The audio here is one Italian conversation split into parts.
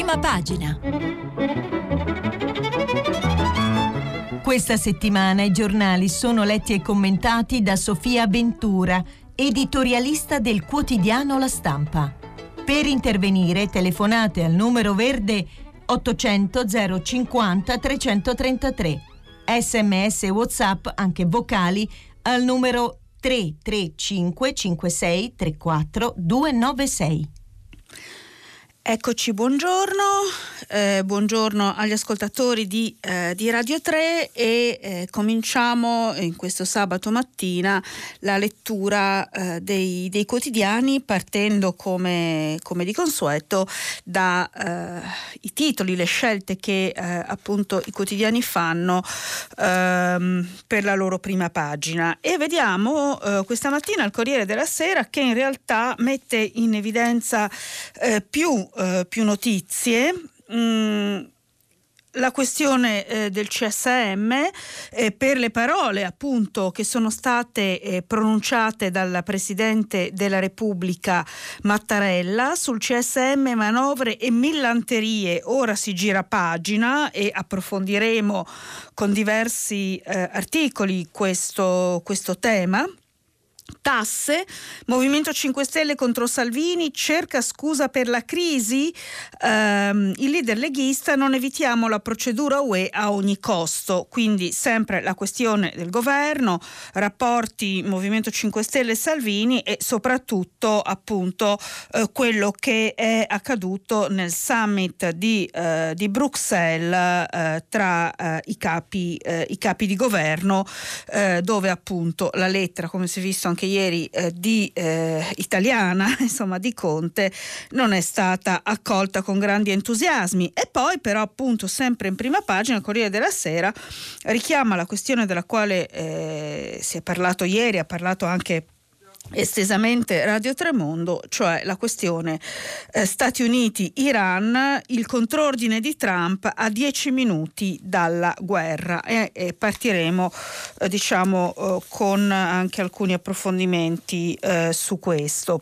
Prima pagina. Questa settimana i giornali sono letti e commentati da Sofia Ventura, editorialista del quotidiano La Stampa. Per intervenire telefonate al numero verde 800 050 333. SMS e WhatsApp, anche vocali, al numero 335 56 34 296. Eccoci, buongiorno agli ascoltatori di Radio 3 e cominciamo in questo sabato mattina la lettura dei quotidiani, partendo come di consueto da i titoli, le scelte che appunto i quotidiani fanno per la loro prima pagina, e vediamo questa mattina il Corriere della Sera, che in realtà mette in evidenza più notizie. La questione del CSM, per le parole appunto che sono state pronunciate dal Presidente della Repubblica Mattarella sul CSM, manovre e millanterie, ora si gira pagina, e approfondiremo con diversi articoli questo tema. Tasse, Movimento 5 Stelle contro Salvini, cerca scusa per la crisi, il leader leghista: non evitiamo la procedura UE a ogni costo. Quindi sempre la questione del governo, rapporti Movimento 5 Stelle e Salvini, e soprattutto appunto quello che è accaduto nel summit di Bruxelles tra i capi di governo, dove appunto la lettera, come si è visto anche ieri, italiana, insomma, di Conte, non è stata accolta con grandi entusiasmi. E poi però appunto sempre in prima pagina il Corriere della Sera richiama la questione della quale si è parlato ieri, ha parlato anche estesamente Radio Tremondo, cioè la questione Stati Uniti-Iran, il contrordine di Trump a 10 minuti dalla guerra, e partiremo con anche alcuni approfondimenti su questo.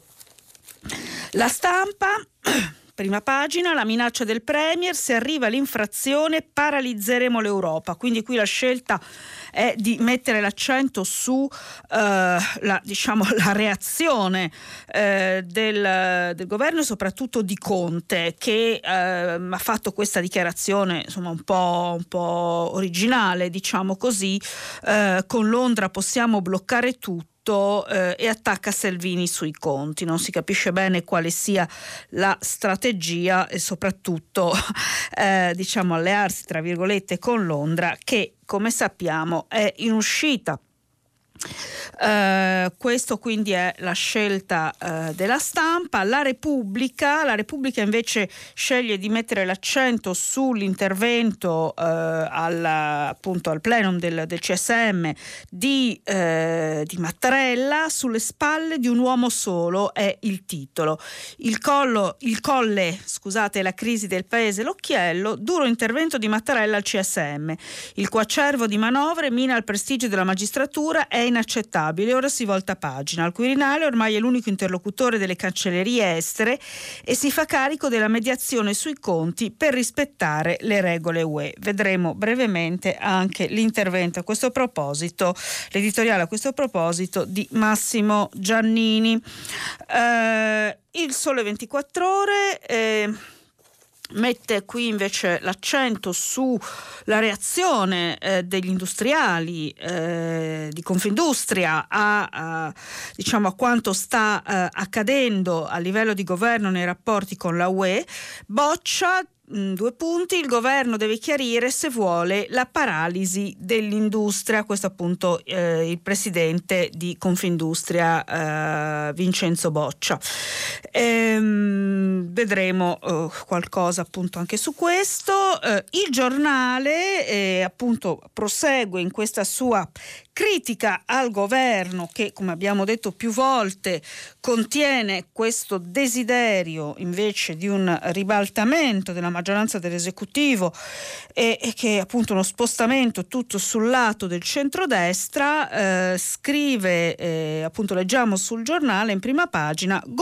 La Stampa, prima pagina, la minaccia del Premier: se arriva l'infrazione paralizzeremo l'Europa. Quindi qui la scelta è di mettere l'accento su la reazione del governo, e soprattutto di Conte, che ha fatto questa dichiarazione insomma un po' originale, diciamo così: con Londra possiamo bloccare tutto, e attacca Salvini sui conti. Non si capisce bene quale sia la strategia, e soprattutto allearsi tra virgolette con Londra, che come sappiamo è in uscita. Questo quindi è la scelta della Stampa. La Repubblica invece sceglie di mettere l'accento sull'intervento al plenum del CSM di Mattarella: sulle spalle di un uomo solo è il titolo. Il colle, la crisi del paese, l'occhiello, duro intervento di Mattarella al CSM. Il coacervo di manovre mina il prestigio della magistratura, è inaccettabile. Ora si volta pagina. Al Quirinale ormai è l'unico interlocutore delle cancellerie estere e si fa carico della mediazione sui conti per rispettare le regole UE. Vedremo brevemente anche l'intervento a questo proposito, l'editoriale a questo proposito di Massimo Giannini. Il Sole 24 Ore mette qui invece l'accento sulla reazione degli industriali di Confindustria a quanto sta accadendo a livello di governo nei rapporti con la UE. Boccia, 2 punti, il governo deve chiarire se vuole la paralisi dell'industria. Questo appunto il presidente di Confindustria Vincenzo Boccia. Vedremo qualcosa appunto anche su questo. Il Giornale appunto prosegue in questa sua critica al governo, che, come abbiamo detto più volte, contiene questo desiderio invece di un ribaltamento della maggioranza dell'esecutivo e che è appunto uno spostamento tutto sul lato del centrodestra. Scrive appunto, leggiamo sul Giornale in prima pagina: governo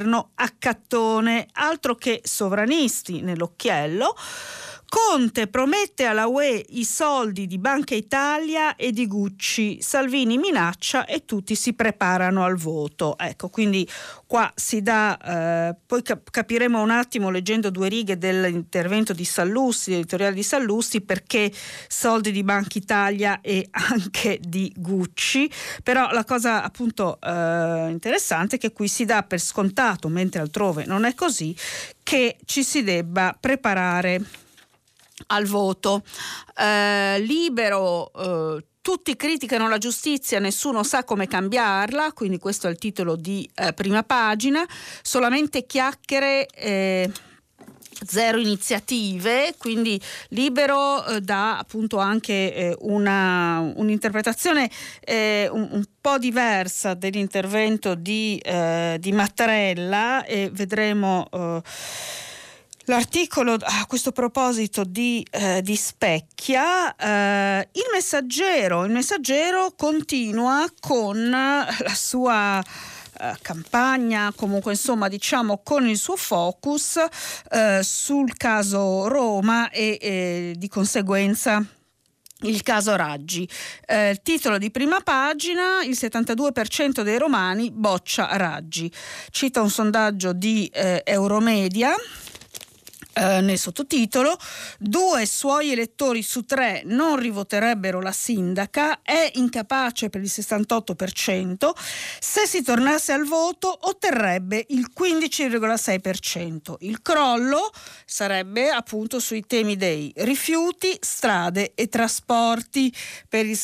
governo accattone, altro che sovranisti nell'occhiello. Conte promette alla UE i soldi di Banca Italia e di Gucci, Salvini minaccia e tutti si preparano al voto. Ecco, quindi qua si dà, poi capiremo un attimo leggendo due righe dell'intervento di Sallusti, editoriale di Sallusti, perché soldi di Banca Italia e anche di Gucci. Però la cosa appunto interessante è che qui si dà per scontato, mentre altrove non è così, che ci si debba preparare al voto. Libero, tutti criticano la giustizia, nessuno sa come cambiarla, quindi questo è il titolo di prima pagina. Solamente chiacchiere, zero iniziative, quindi Libero dà appunto anche un'interpretazione un po' diversa dell'intervento di Mattarella, e vedremo l'articolo a questo proposito di Specchia. Il Messaggero continua con la sua campagna, comunque insomma diciamo con il suo focus sul caso Roma e di conseguenza il caso Raggi. Titolo di prima pagina: il 72% dei romani boccia Raggi. Cita un sondaggio di Euromedia. Nel sottotitolo: 2 suoi elettori su 3 non rivoterebbero la sindaca, è incapace per il 68%, se si tornasse al voto otterrebbe il 15,6%. Il crollo sarebbe appunto sui temi dei rifiuti, strade e trasporti, per il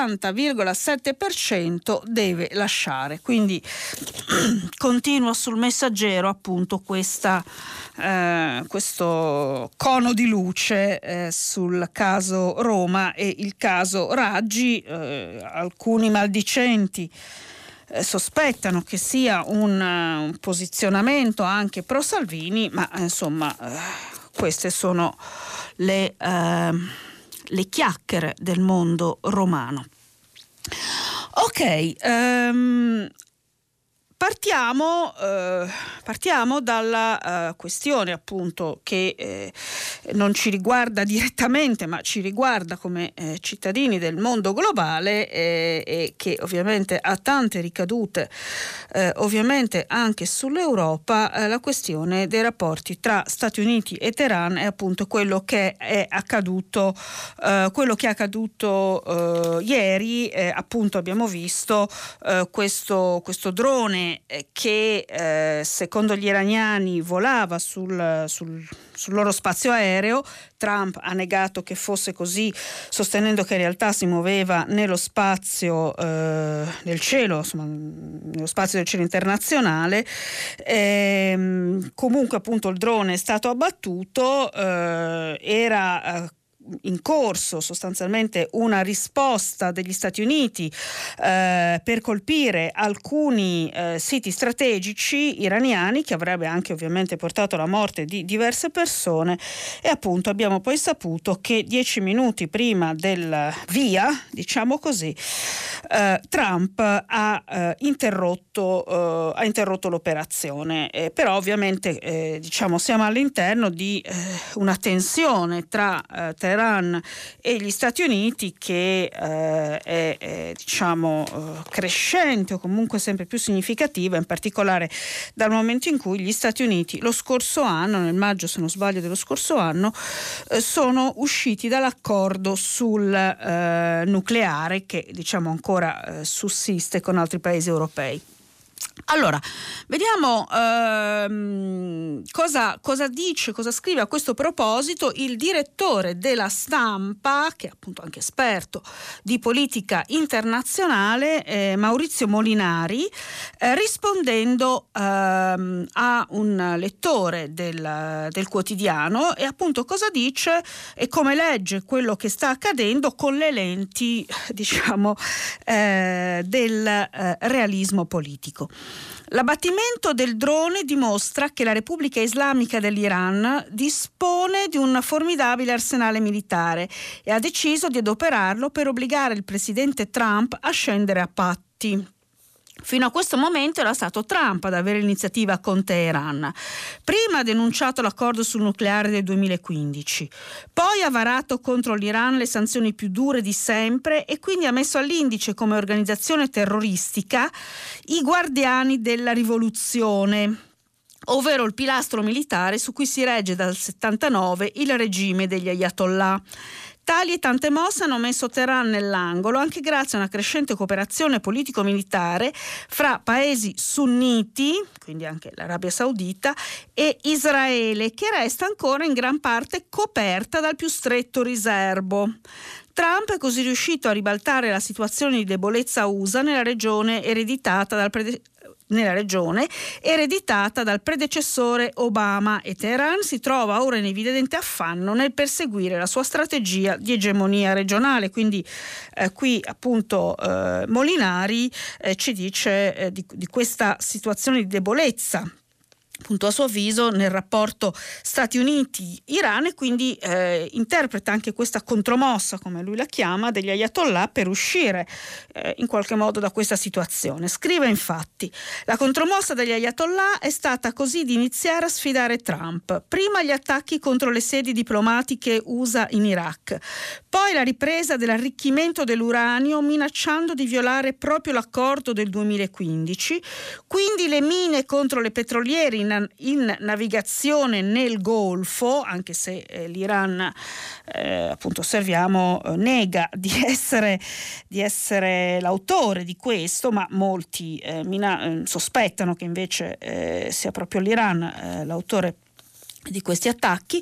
70,7% deve lasciare. Quindi continua sul Messaggero appunto questo cono di luce sul caso Roma e il caso Raggi. Alcuni maldicenti sospettano che sia un posizionamento anche pro Salvini, ma insomma queste sono le chiacchiere del mondo romano. Ok, partiamo dalla questione appunto che non ci riguarda direttamente, ma ci riguarda come cittadini del mondo globale, e che ovviamente ha tante ricadute ovviamente anche sull'Europa. La questione dei rapporti tra Stati Uniti e Teheran è appunto quello che è accaduto ieri. Appunto abbiamo visto questo drone che secondo gli iraniani volava sul loro spazio aereo. Trump ha negato che fosse così, sostenendo che in realtà si muoveva nello spazio del cielo, insomma, nello spazio del cielo internazionale. Comunque appunto il drone è stato abbattuto, era in corso sostanzialmente una risposta degli Stati Uniti per colpire alcuni siti strategici iraniani, che avrebbe anche ovviamente portato alla morte di diverse persone. E appunto abbiamo poi saputo che 10 minuti prima del via, diciamo così, Trump ha interrotto l'operazione, però ovviamente diciamo siamo all'interno di una tensione tra Teheran e gli Stati Uniti che è diciamo crescente, o comunque sempre più significativa, in particolare dal momento in cui gli Stati Uniti lo scorso anno, nel maggio se non sbaglio dello scorso anno, sono usciti dall'accordo sul nucleare che diciamo ancora sussiste con altri paesi europei. Allora, vediamo cosa scrive a questo proposito il direttore della Stampa, che è appunto anche esperto di politica internazionale, Maurizio Molinari, rispondendo a un lettore del quotidiano, e appunto cosa dice e come legge quello che sta accadendo con le lenti, diciamo, del realismo politico. L'abbattimento del drone dimostra che la Repubblica Islamica dell'Iran dispone di un formidabile arsenale militare e ha deciso di adoperarlo per obbligare il presidente Trump a scendere a patti. Fino a questo momento era stato Trump ad avere l'iniziativa con Teheran. Prima ha denunciato l'accordo sul nucleare del 2015, poi ha varato contro l'Iran le sanzioni più dure di sempre e quindi ha messo all'indice come organizzazione terroristica i Guardiani della Rivoluzione, ovvero il pilastro militare su cui si regge dal 79 il regime degli Ayatollah. Tali e tante mosse hanno messo Teheran nell'angolo anche grazie a una crescente cooperazione politico-militare fra paesi sunniti, quindi anche l'Arabia Saudita, e Israele, che resta ancora in gran parte coperta dal più stretto riserbo. Trump è così riuscito a ribaltare la situazione di debolezza USA nella regione ereditata dal predecessore Obama, e Teheran si trova ora in evidente affanno nel perseguire la sua strategia di egemonia regionale. Quindi qui appunto Molinari ci dice di questa situazione di debolezza, appunto a suo avviso, nel rapporto Stati Uniti-Iran, e quindi interpreta anche questa contromossa, come lui la chiama, degli Ayatollah per uscire in qualche modo da questa situazione. Scrive infatti: la contromossa degli Ayatollah è stata così di iniziare a sfidare Trump, prima gli attacchi contro le sedi diplomatiche USA in Iraq, poi la ripresa dell'arricchimento dell'uranio minacciando di violare proprio l'accordo del 2015, quindi le mine contro le petroliere in navigazione nel Golfo, anche se l'Iran appunto osserviamo nega di essere l'autore di questo, ma molti sospettano che invece sia proprio l'Iran l'autore di questi attacchi.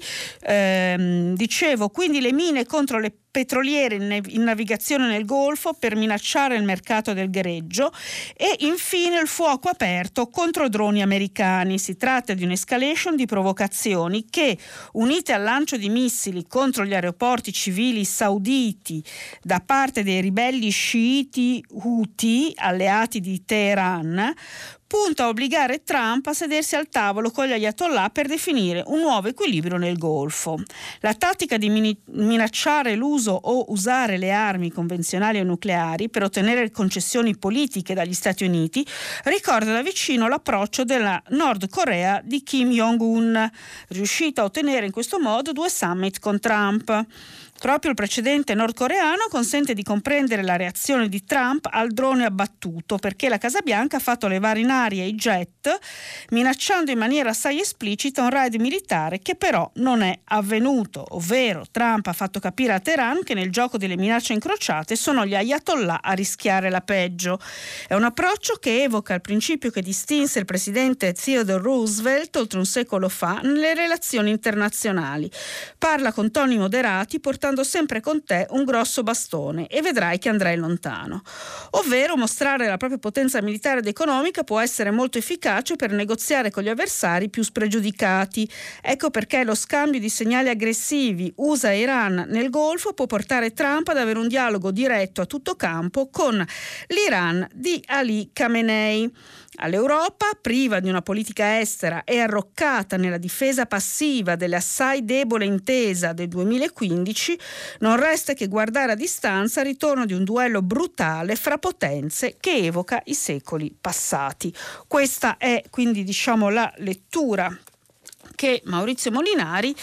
Dicevo, quindi le mine contro le petroliere in navigazione nel Golfo per minacciare il mercato del greggio, e infine il fuoco aperto contro droni americani. Si tratta di un'escalation di provocazioni che, unite al lancio di missili contro gli aeroporti civili sauditi da parte dei ribelli sciiti Houthi, alleati di Teheran, punta a obbligare Trump a sedersi al tavolo con gli Ayatollah per definire un nuovo equilibrio nel Golfo. La tattica di minacciare l'uso o usare le armi convenzionali o nucleari per ottenere concessioni politiche dagli Stati Uniti ricorda da vicino l'approccio della Nord Corea di Kim Jong-un, riuscita a ottenere in questo modo 2 summit con Trump. Proprio il precedente nordcoreano consente di comprendere la reazione di Trump al drone abbattuto, perché la Casa Bianca ha fatto levare in aria i jet, minacciando in maniera assai esplicita un raid militare che però non è avvenuto, ovvero Trump ha fatto capire a Teheran che nel gioco delle minacce incrociate sono gli Ayatollah a rischiare la peggio. È un approccio che evoca il principio che distinse il presidente Theodore Roosevelt oltre un secolo fa nelle relazioni internazionali. Parla con toni moderati, portando sempre con te un grosso bastone e vedrai che andrai lontano. Ovvero, mostrare la propria potenza militare ed economica può essere molto efficace per negoziare con gli avversari più spregiudicati. Ecco perché lo scambio di segnali aggressivi USA e Iran nel Golfo può portare Trump ad avere un dialogo diretto a tutto campo con l'Iran di Ali Khamenei. All'Europa, priva di una politica estera e arroccata nella difesa passiva dell'assai debole intesa del 2015, non resta che guardare a distanza il ritorno di un duello brutale fra potenze che evoca i secoli passati. Questa è quindi, diciamo, la lettura che Maurizio Molinari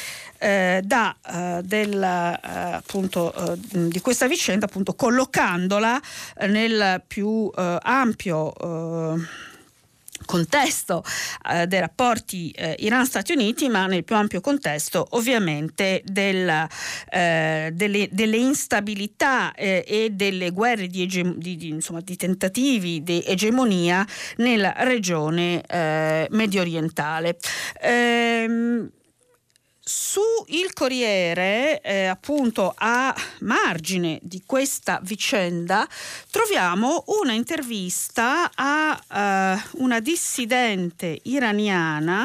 dà di questa vicenda, appunto collocandola nel più ampio contesto dei rapporti Iran-Stati Uniti, ma nel più ampio contesto ovviamente delle instabilità e delle guerre di tentativi di egemonia nella regione medio orientale. Su Il Corriere, appunto a margine di questa vicenda, troviamo una intervista a una dissidente iraniana,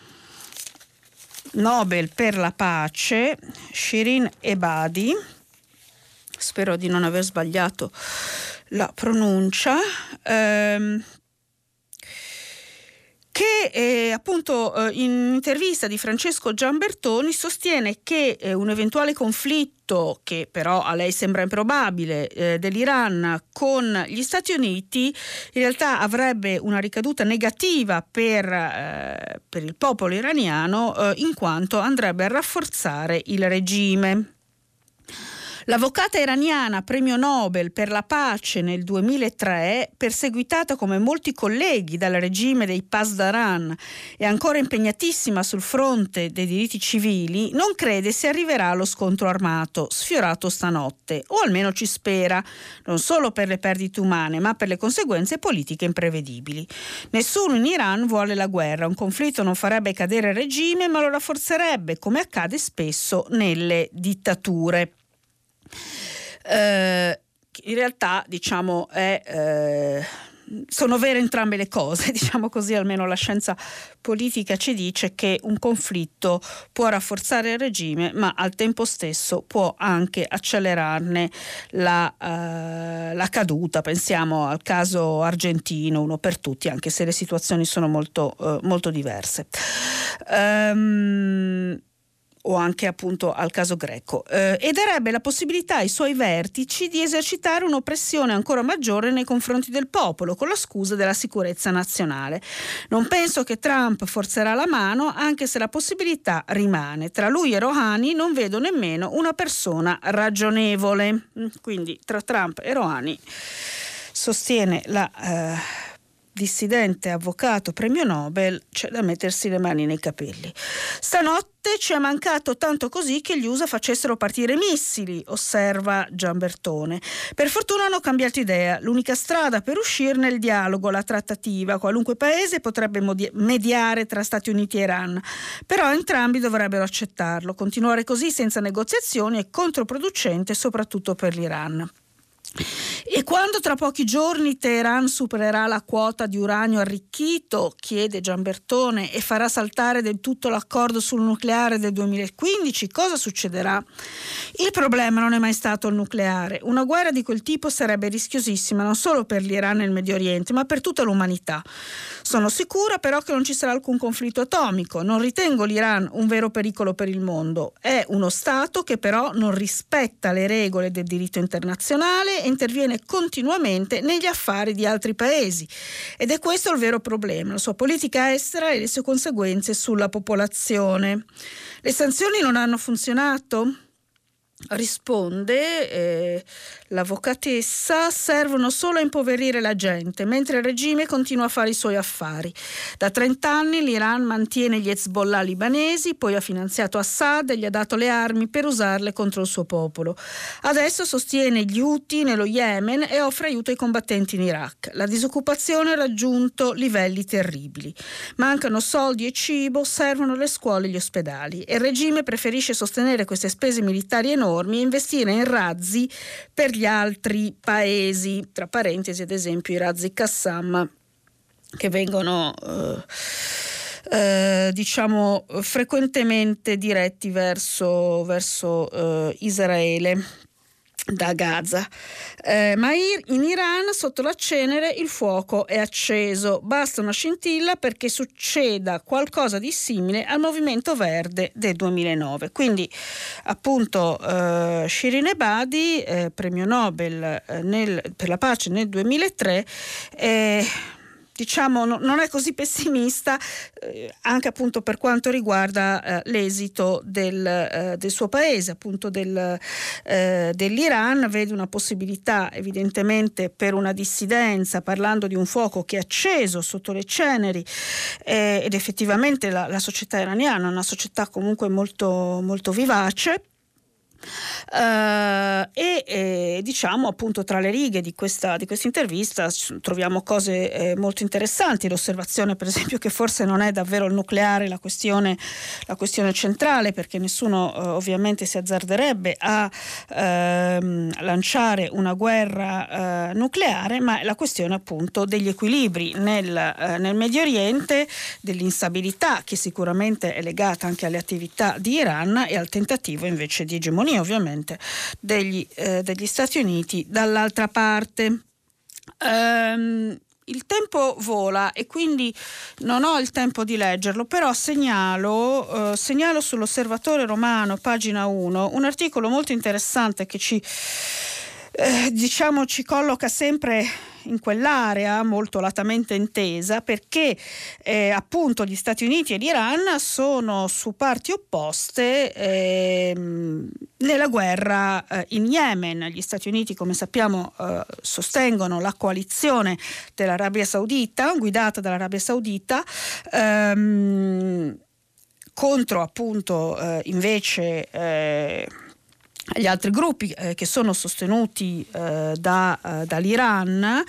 Nobel per la pace, Shirin Ebadi, spero di non aver sbagliato la pronuncia, che che appunto in intervista di Francesco Giambertoni sostiene che un eventuale conflitto, che però a lei sembra improbabile, dell'Iran con gli Stati Uniti in realtà avrebbe una ricaduta negativa per il popolo iraniano, in quanto andrebbe a rafforzare il regime. L'avvocata iraniana premio Nobel per la pace nel 2003, perseguitata come molti colleghi dal regime dei Pasdaran e ancora impegnatissima sul fronte dei diritti civili, non crede si arriverà allo scontro armato sfiorato stanotte, o almeno ci spera, non solo per le perdite umane ma per le conseguenze politiche imprevedibili. Nessuno in Iran vuole la guerra, un conflitto non farebbe cadere il regime ma lo rafforzerebbe, come accade spesso nelle dittature. In realtà diciamo sono vere entrambe le cose, diciamo così, almeno la scienza politica ci dice che un conflitto può rafforzare il regime ma al tempo stesso può anche accelerarne la caduta. Pensiamo al caso argentino, uno per tutti, anche se le situazioni sono molto diverse. O anche appunto al caso greco, e darebbe la possibilità ai suoi vertici di esercitare un'oppressione ancora maggiore nei confronti del popolo con la scusa della sicurezza nazionale. Non penso che Trump forzerà la mano, anche se la possibilità rimane. Tra lui e Rouhani non vedo nemmeno una persona ragionevole. Quindi tra Trump e Rouhani, sostiene la dissidente avvocato premio Nobel, c'è da mettersi le mani nei capelli. Stanotte ci è mancato tanto così che gli USA facessero partire missili, osserva Giambertone. Per fortuna hanno cambiato idea. L'unica strada per uscirne è il dialogo, la trattativa. Qualunque paese potrebbe mediare tra Stati Uniti e Iran, però entrambi dovrebbero accettarlo. Continuare così senza negoziazioni è controproducente, soprattutto per l'Iran. E quando tra pochi giorni Teheran supererà la quota di uranio arricchito, chiede Giambertone, e farà saltare del tutto l'accordo sul nucleare del 2015, cosa succederà? Il problema non è mai stato il nucleare. Una guerra di quel tipo sarebbe rischiosissima non solo per l'Iran e il Medio Oriente, ma per tutta l'umanità. Sono sicura però che non ci sarà alcun conflitto atomico. Non ritengo l'Iran un vero pericolo per il mondo. È uno Stato che però non rispetta le regole del diritto internazionale e interviene continuamente negli affari di altri paesi. Ed è questo il vero problema, la sua politica estera e le sue conseguenze sulla popolazione. Le sanzioni non hanno funzionato? Risponde l'avvocatessa, servono solo a impoverire la gente, mentre il regime continua a fare i suoi affari. Da 30 anni l'Iran mantiene gli Hezbollah libanesi, poi ha finanziato Assad e gli ha dato le armi per usarle contro il suo popolo. Adesso sostiene gli Houthi nello Yemen e offre aiuto ai combattenti in Iraq. La disoccupazione ha raggiunto livelli terribili. Mancano soldi e cibo, servono le scuole e gli ospedali e il regime preferisce sostenere queste spese militari enormi e investire in razzi per gli altri paesi, tra parentesi ad esempio i razzi Qassam che vengono diciamo frequentemente diretti verso Israele da Gaza, ma in Iran sotto la cenere il fuoco è acceso, basta una scintilla perché succeda qualcosa di simile al movimento verde del 2009. Quindi appunto Shirin Ebadi, premio Nobel per la pace nel 2003, diciamo non è così pessimista anche appunto per quanto riguarda l'esito del suo paese, appunto dell'Iran. Vede una possibilità evidentemente per una dissidenza, parlando di un fuoco che è acceso sotto le ceneri, ed effettivamente la società iraniana è una società comunque molto vivace. Diciamo appunto tra le righe di questa intervista troviamo cose molto interessanti, l'osservazione per esempio che forse non è davvero il nucleare la questione centrale, perché nessuno ovviamente si azzarderebbe a lanciare una guerra nucleare, ma è la questione appunto degli equilibri nel Medio Oriente, dell'instabilità che sicuramente è legata anche alle attività di Iran e al tentativo invece di egemonia ovviamente degli Stati Uniti dall'altra parte. il tempo vola e quindi non ho il tempo di leggerlo, però segnalo sull'Osservatore Romano, pagina 1, un articolo molto interessante che ci colloca sempre in quell'area molto latamente intesa, perché appunto gli Stati Uniti e l'Iran sono su parti opposte nella guerra in Yemen. Gli Stati Uniti, come sappiamo, sostengono la coalizione dell'Arabia Saudita, guidata dall'Arabia Saudita, contro appunto invece gli altri gruppi che sono sostenuti dall'Iran.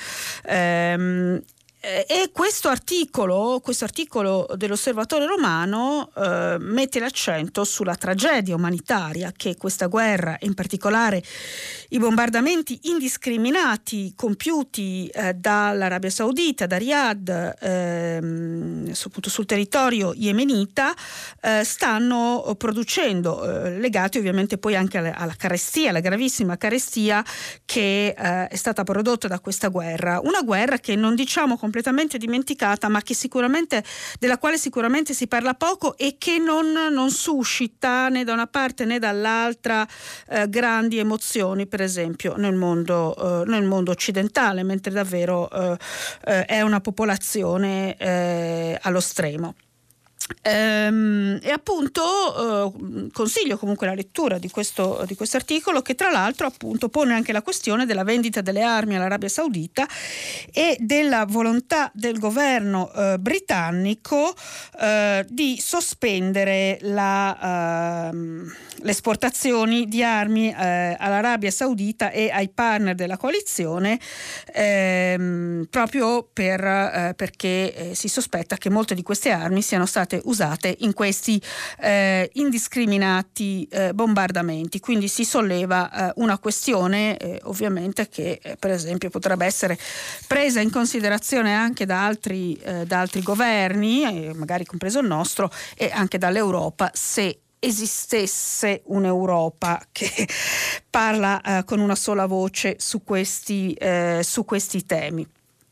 E questo articolo dell'Osservatore Romano mette l'accento sulla tragedia umanitaria che questa guerra, in particolare i bombardamenti indiscriminati compiuti dall'Arabia Saudita, da Riyadh, soprattutto sul territorio yemenita, stanno producendo, legati ovviamente poi anche alla carestia, alla gravissima carestia che è stata prodotta da questa guerra. Una guerra che non diciamo completamente dimenticata, ma che sicuramente, della quale sicuramente si parla poco e che non suscita né da una parte né dall'altra grandi emozioni, per esempio nel mondo occidentale, mentre davvero è una popolazione allo stremo. E appunto consiglio comunque la lettura di questo articolo, che tra l'altro appunto pone anche la questione della vendita delle armi all'Arabia Saudita e della volontà del governo britannico di sospendere le esportazioni di armi all'Arabia Saudita e ai partner della coalizione, proprio perché si sospetta che molte di queste armi siano state usate in questi indiscriminati bombardamenti. Quindi si solleva una questione ovviamente che per esempio potrebbe essere presa in considerazione anche da altri governi, magari compreso il nostro, e anche dall'Europa, se esistesse un'Europa che parla con una sola voce su questi temi.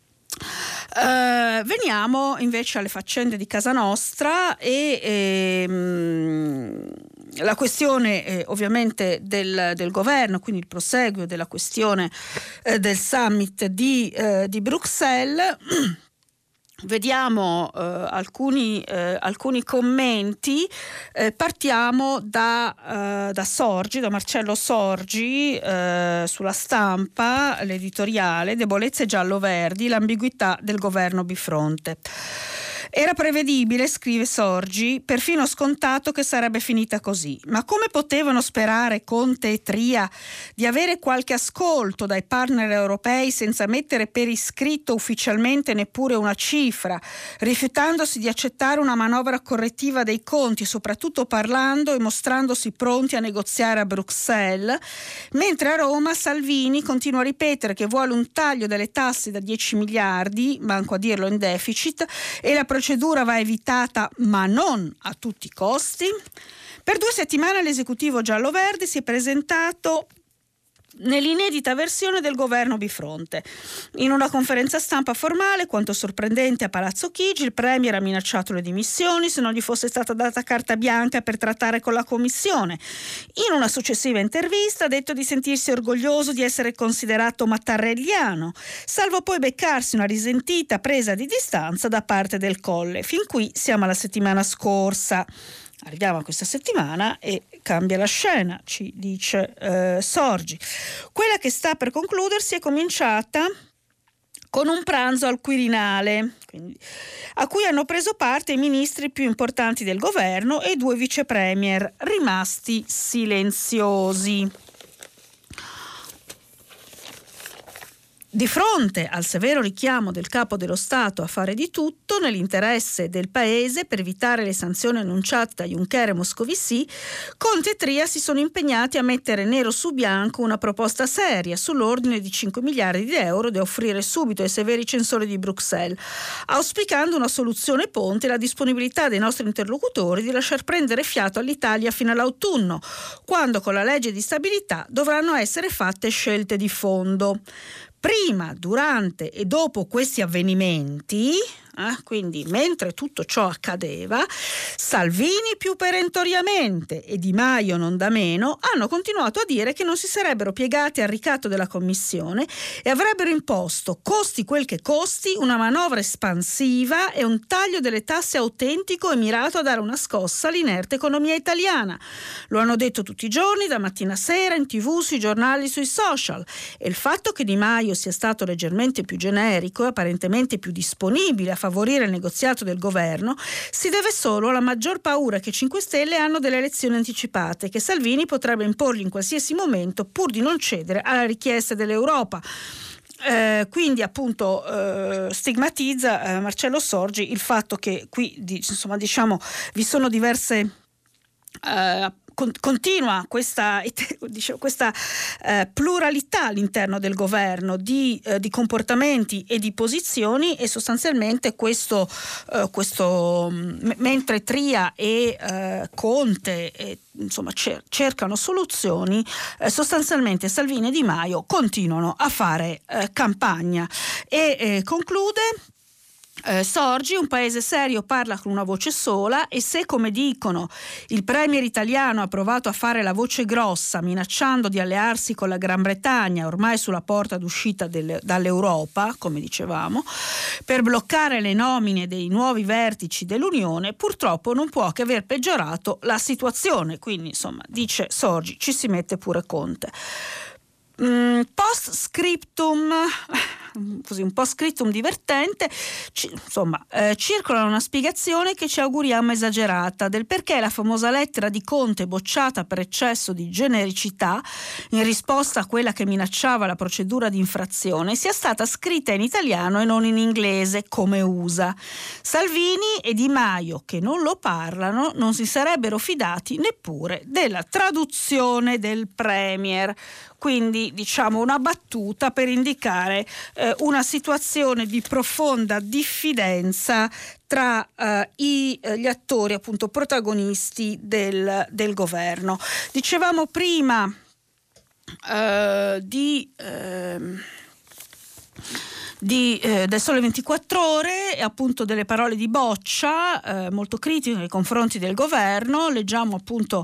Veniamo invece alle faccende di casa nostra e la questione ovviamente del governo, quindi il proseguio della questione del summit di Bruxelles. Vediamo alcuni commenti. Partiamo da Sorgi, da Marcello Sorgi, sulla Stampa, l'editoriale Debolezze giallo-verdi, l'ambiguità del governo bifronte. Era prevedibile, scrive Sorgi, perfino scontato che sarebbe finita così. Ma come potevano sperare Conte e Tria di avere qualche ascolto dai partner europei senza mettere per iscritto ufficialmente neppure una cifra, rifiutandosi di accettare una manovra correttiva dei conti, soprattutto parlando e mostrandosi pronti a negoziare a Bruxelles, mentre a Roma Salvini continua a ripetere che vuole un taglio delle tasse da 10 miliardi, manco a dirlo in deficit, e la procedura va evitata ma non a tutti i costi. Per 2 settimane l'esecutivo giallo-verde si è presentato nell'inedita versione del governo bifronte. In una conferenza stampa formale, quanto sorprendente, a Palazzo Chigi, il premier ha minacciato le dimissioni se non gli fosse stata data carta bianca per trattare con la commissione. In una successiva intervista ha detto di sentirsi orgoglioso di essere considerato mattarelliano, salvo poi beccarsi una risentita presa di distanza da parte del Colle. Fin qui siamo alla settimana scorsa. Arriviamo a questa settimana e cambia la scena, ci dice Sorgi. Quella che sta per concludersi è cominciata con un pranzo al Quirinale, a cui hanno preso parte i ministri più importanti del governo e 2 vice premier rimasti silenziosi. Di fronte al severo richiamo del capo dello Stato a fare di tutto nell'interesse del paese per evitare le sanzioni annunciate da Juncker e Moscovici, Conte e Tria si sono impegnati a mettere nero su bianco una proposta seria sull'ordine di 5 miliardi di euro da offrire subito ai severi censori di Bruxelles, auspicando una soluzione ponte e la disponibilità dei nostri interlocutori di lasciar prendere fiato all'Italia fino all'autunno, quando con la legge di stabilità dovranno essere fatte scelte di fondo. Prima, durante e dopo questi avvenimenti, quindi mentre tutto ciò accadeva, Salvini più perentoriamente e Di Maio non da meno hanno continuato a dire che non si sarebbero piegati al ricatto della Commissione e avrebbero imposto, costi quel che costi, una manovra espansiva e un taglio delle tasse autentico e mirato a dare una scossa all'inerte economia italiana. Lo hanno detto tutti i giorni, da mattina a sera, in TV, sui giornali, sui social, e il fatto che Di Maio sia stato leggermente più generico e apparentemente più disponibile a favorire il negoziato del governo si deve solo alla maggior paura che 5 Stelle hanno delle elezioni anticipate, che Salvini potrebbe imporgli in qualsiasi momento pur di non cedere alla richiesta dell'Europa. Quindi appunto stigmatizza Marcello Sorgi il fatto che qui vi sono diverse continua questa pluralità all'interno del governo di comportamenti e di posizioni, e sostanzialmente questo mentre Tria e Conte cercano soluzioni, sostanzialmente Salvini e Di Maio continuano a fare campagna. E conclude Sorgi: un paese serio parla con una voce sola, e se, come dicono, il premier italiano ha provato a fare la voce grossa minacciando di allearsi con la Gran Bretagna, ormai sulla porta d'uscita dall'Europa, come dicevamo, per bloccare le nomine dei nuovi vertici dell'Unione, purtroppo non può che aver peggiorato la situazione. Quindi insomma, dice Sorgi, ci si mette pure Conte. Post scriptum, così un post scriptum divertente, circola una spiegazione che ci auguriamo esagerata del perché la famosa lettera di Conte, bocciata per eccesso di genericità in risposta a quella che minacciava la procedura di infrazione, sia stata scritta in italiano e non in inglese come usa. Salvini e Di Maio, che non lo parlano, non si sarebbero fidati neppure della traduzione del premier. Quindi una battuta per indicare una situazione di profonda diffidenza tra gli attori appunto protagonisti del governo. Dicevamo prima del Sole 24 Ore e appunto delle parole di Boccia molto critiche nei confronti del governo. Leggiamo appunto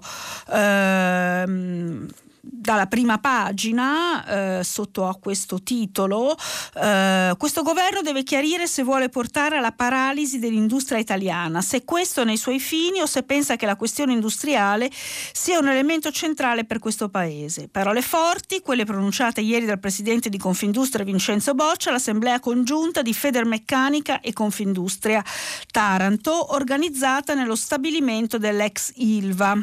dalla prima pagina sotto a questo titolo: questo governo deve chiarire se vuole portare alla paralisi dell'industria italiana, se questo è nei suoi fini o se pensa che la questione industriale sia un elemento centrale per questo paese. Parole forti, quelle pronunciate ieri dal presidente di Confindustria Vincenzo Boccia all'assemblea congiunta di Federmeccanica e Confindustria Taranto, organizzata nello stabilimento dell'ex Ilva,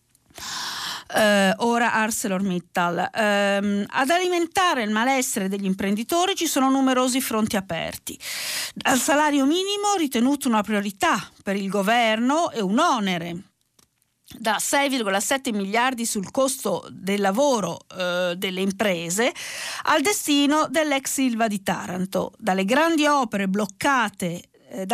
ora ArcelorMittal. Ad alimentare il malessere degli imprenditori ci sono numerosi fronti aperti. Al salario minimo, ritenuto una priorità per il governo e un onere da 6,7 miliardi sul costo del lavoro delle imprese, al destino dell'ex Ilva di Taranto, dalle grandi opere bloccate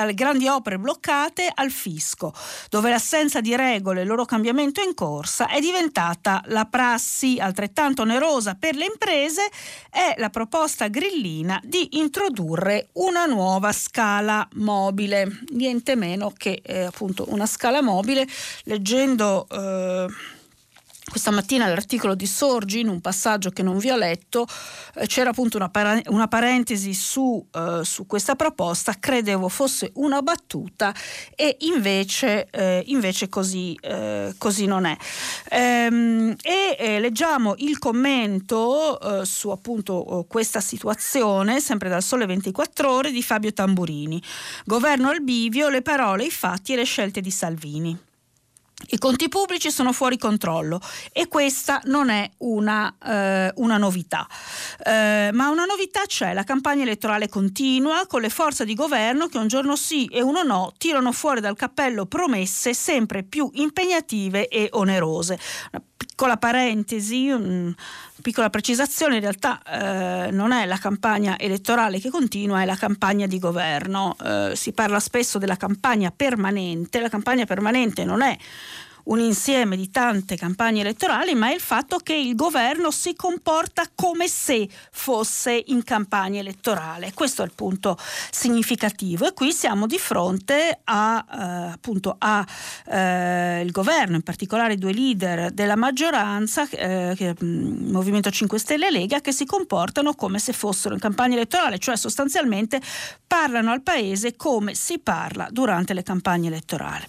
al fisco, dove l'assenza di regole e il loro cambiamento in corsa è diventata la prassi. Altrettanto onerosa per le imprese è la proposta grillina di introdurre una nuova scala mobile, niente meno che appunto una scala mobile. Leggendo questa mattina l'articolo di Sorgi, in un passaggio che non vi ho letto, c'era appunto una parentesi su questa proposta. Credevo fosse una battuta e invece così non è. Leggiamo il commento su appunto questa situazione, sempre dal Sole 24 Ore, di Fabio Tamburini. Governo al bivio, le parole, i fatti e le scelte di Salvini. I conti pubblici sono fuori controllo e questa non è una novità, ma una novità c'è. La campagna elettorale continua con le forze di governo che un giorno sì e uno no tirano fuori dal cappello promesse sempre più impegnative e onerose. Una piccola parentesi, piccola precisazione: in realtà non è la campagna elettorale che continua, è la campagna di governo. Si parla spesso della campagna permanente. La campagna permanente non è un insieme di tante campagne elettorali, ma è il fatto che il governo si comporta come se fosse in campagna elettorale. Questo è il punto significativo, e qui siamo di fronte il governo, in particolare i due leader della maggioranza, Movimento 5 Stelle e Lega, che si comportano come se fossero in campagna elettorale, cioè sostanzialmente parlano al paese come si parla durante le campagne elettorali.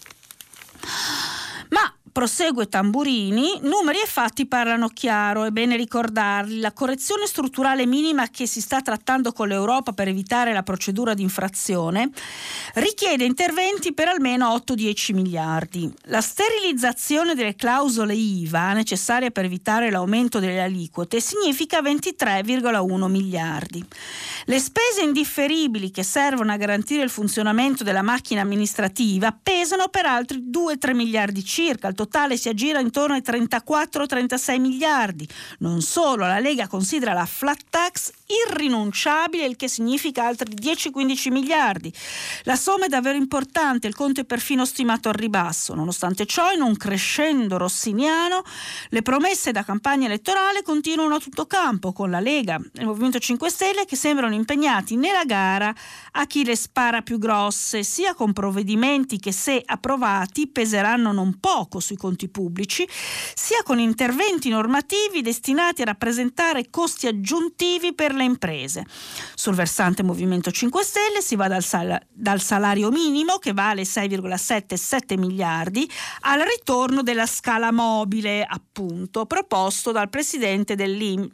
Ma prosegue Tamburini, numeri e fatti parlano chiaro, è bene ricordarli. La correzione strutturale minima che si sta trattando con l'Europa per evitare la procedura di infrazione richiede interventi per almeno 8-10 miliardi. La sterilizzazione delle clausole IVA necessarie per evitare l'aumento delle aliquote significa 23,1 miliardi. Le spese indifferibili che servono a garantire il funzionamento della macchina amministrativa pesano per altri 2-3 miliardi circa. Il totale si aggira intorno ai 34-36 miliardi. Non solo, la Lega considera la flat tax irrinunciabile, il che significa altri 10-15 miliardi. La somma è davvero importante, il conto è perfino stimato al ribasso. Nonostante ciò, in un crescendo rossiniano, le promesse da campagna elettorale continuano a tutto campo, con la Lega e il Movimento 5 Stelle che sembrano impegnati nella gara a chi le spara più grosse, sia con provvedimenti che, se approvati, peseranno non poco sui conti pubblici, sia con interventi normativi destinati a rappresentare costi aggiuntivi per le imprese. Sul versante Movimento 5 Stelle si va dal salario minimo, che vale 6,7 miliardi, al ritorno della scala mobile, appunto, proposto dal presidente dell'INPS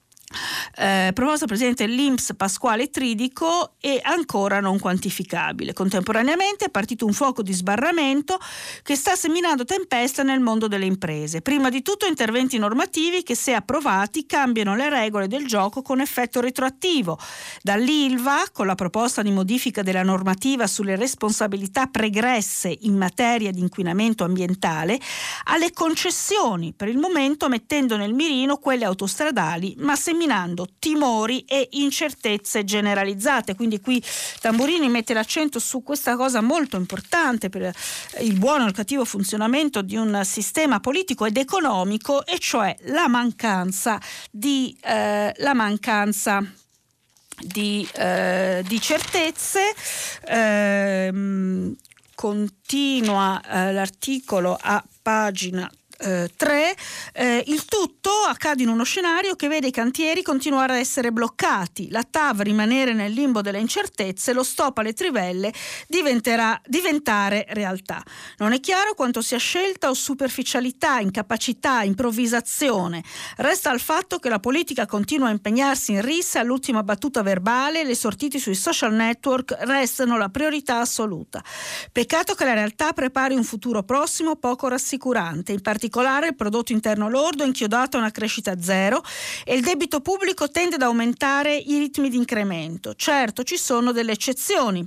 Pasquale Tridico, e ancora non quantificabile. Contemporaneamente è partito un fuoco di sbarramento che sta seminando tempesta nel mondo delle imprese. Prima di tutto interventi normativi che, se approvati, cambiano le regole del gioco con effetto retroattivo. Dall'ILVA, con la proposta di modifica della normativa sulle responsabilità pregresse in materia di inquinamento ambientale, alle concessioni, per il momento mettendo nel mirino quelle autostradali, ma seminando timori e incertezze generalizzate. Quindi qui Tamburini mette l'accento su questa cosa molto importante per il buono o il cattivo funzionamento di un sistema politico ed economico, e cioè la mancanza di certezze. Continua l'articolo a pagina 3, il tutto accade in uno scenario che vede i cantieri continuare a essere bloccati, la TAV rimanere nel limbo delle incertezze, lo stop alle trivelle diventare realtà. Non è chiaro quanto sia scelta o superficialità, incapacità, improvvisazione. Resta il fatto che la politica continua a impegnarsi in risse all'ultima battuta verbale, le sortite sui social network restano la priorità assoluta. Peccato che la realtà prepari un futuro prossimo poco rassicurante, in particolare il prodotto interno lordo è inchiodato a una crescita zero e il debito pubblico tende ad aumentare i ritmi di incremento. Certo, ci sono delle eccezioni,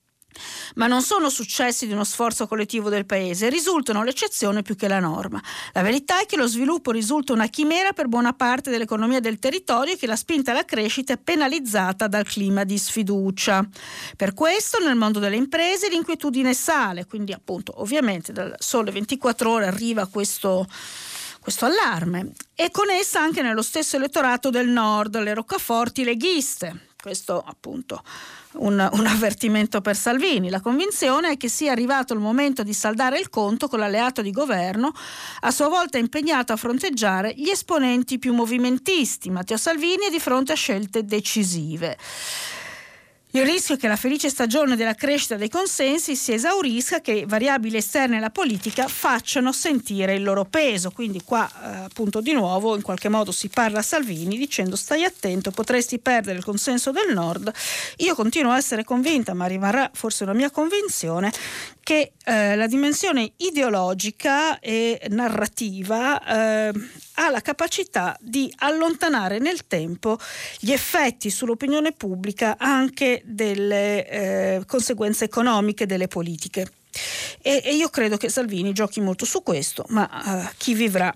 ma non sono successi di uno sforzo collettivo del Paese, risultano l'eccezione più che la norma. La verità è che lo sviluppo risulta una chimera per buona parte dell'economia del territorio e che la spinta alla crescita è penalizzata dal clima di sfiducia. Per questo nel mondo delle imprese l'inquietudine sale, quindi appunto ovviamente dal Sole 24 Ore arriva questo allarme, e con essa anche nello stesso elettorato del Nord, le roccaforti leghiste. Questo appunto un avvertimento per Salvini. La convinzione è che sia arrivato il momento di saldare il conto con l'alleato di governo, a sua volta impegnato a fronteggiare gli esponenti più movimentisti. Matteo Salvini è di fronte a scelte decisive. Il rischio è che la felice stagione della crescita dei consensi si esaurisca, che variabili esterne alla politica facciano sentire il loro peso. Quindi qua appunto di nuovo in qualche modo si parla a Salvini dicendo: stai attento, potresti perdere il consenso del Nord. Io continuo a essere convinta, ma rimarrà forse una mia convinzione, che la dimensione ideologica e narrativa ha la capacità di allontanare nel tempo gli effetti sull'opinione pubblica anche delle conseguenze economiche delle politiche. E io credo che Salvini giochi molto su questo, ma chi vivrà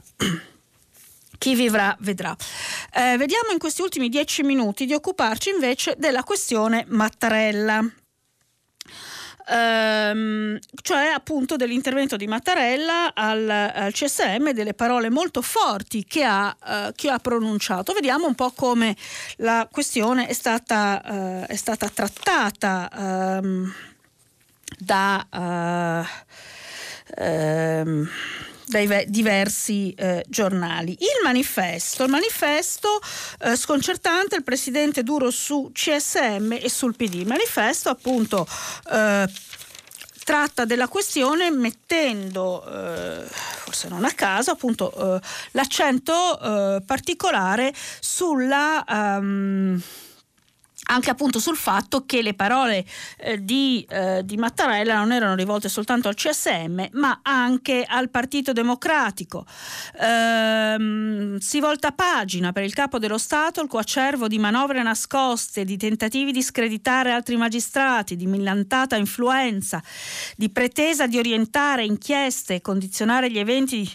vedrà. Vediamo in questi ultimi 10 minuti di occuparci invece della questione Mattarella. cioè appunto dell'intervento di Mattarella al CSM, delle parole molto forti che ha pronunciato. Vediamo un po' come la questione è stata trattata dai diversi giornali. Il manifesto sconcertante, il presidente duro su CSM e sul PD. Il manifesto appunto tratta della questione mettendo, forse non a caso, appunto l'accento particolare anche appunto sul fatto che le parole di Mattarella non erano rivolte soltanto al CSM ma anche al Partito Democratico. Si volta pagina per il Capo dello Stato, il coacervo di manovre nascoste, di tentativi di screditare altri magistrati, di millantata influenza, di pretesa di orientare inchieste e condizionare gli eventi,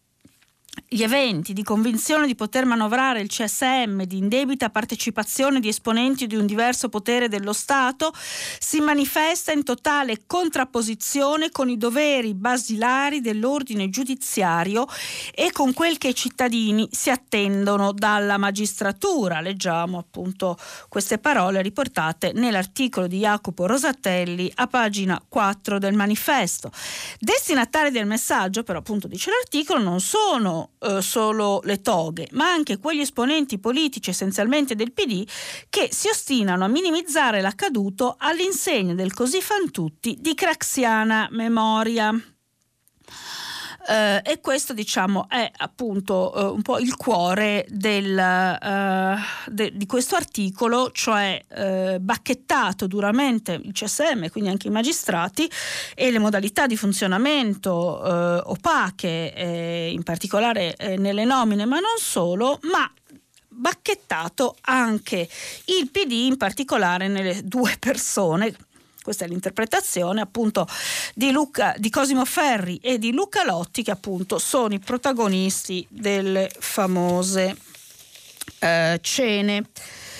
di convinzione di poter manovrare il CSM, di indebita partecipazione di esponenti di un diverso potere dello Stato, si manifesta in totale contrapposizione con i doveri basilari dell'ordine giudiziario e con quel che i cittadini si attendono dalla magistratura. Leggiamo appunto queste parole riportate nell'articolo di Jacopo Rosatelli a pagina 4 del manifesto. Destinatari del messaggio, però appunto dice l'articolo, non sono solo le toghe, ma anche quegli esponenti politici essenzialmente del PD che si ostinano a minimizzare l'accaduto all'insegna del così fan tutti di craxiana memoria. E questo diciamo è appunto un po' il cuore di questo articolo, cioè bacchettato duramente il CSM, quindi anche i magistrati, e le modalità di funzionamento opache, in particolare nelle nomine, ma non solo, ma bacchettato anche il PD, in particolare nelle due persone. Questa è l'interpretazione appunto di Cosimo Ferri e di Luca Lotti, che appunto sono i protagonisti delle famose cene.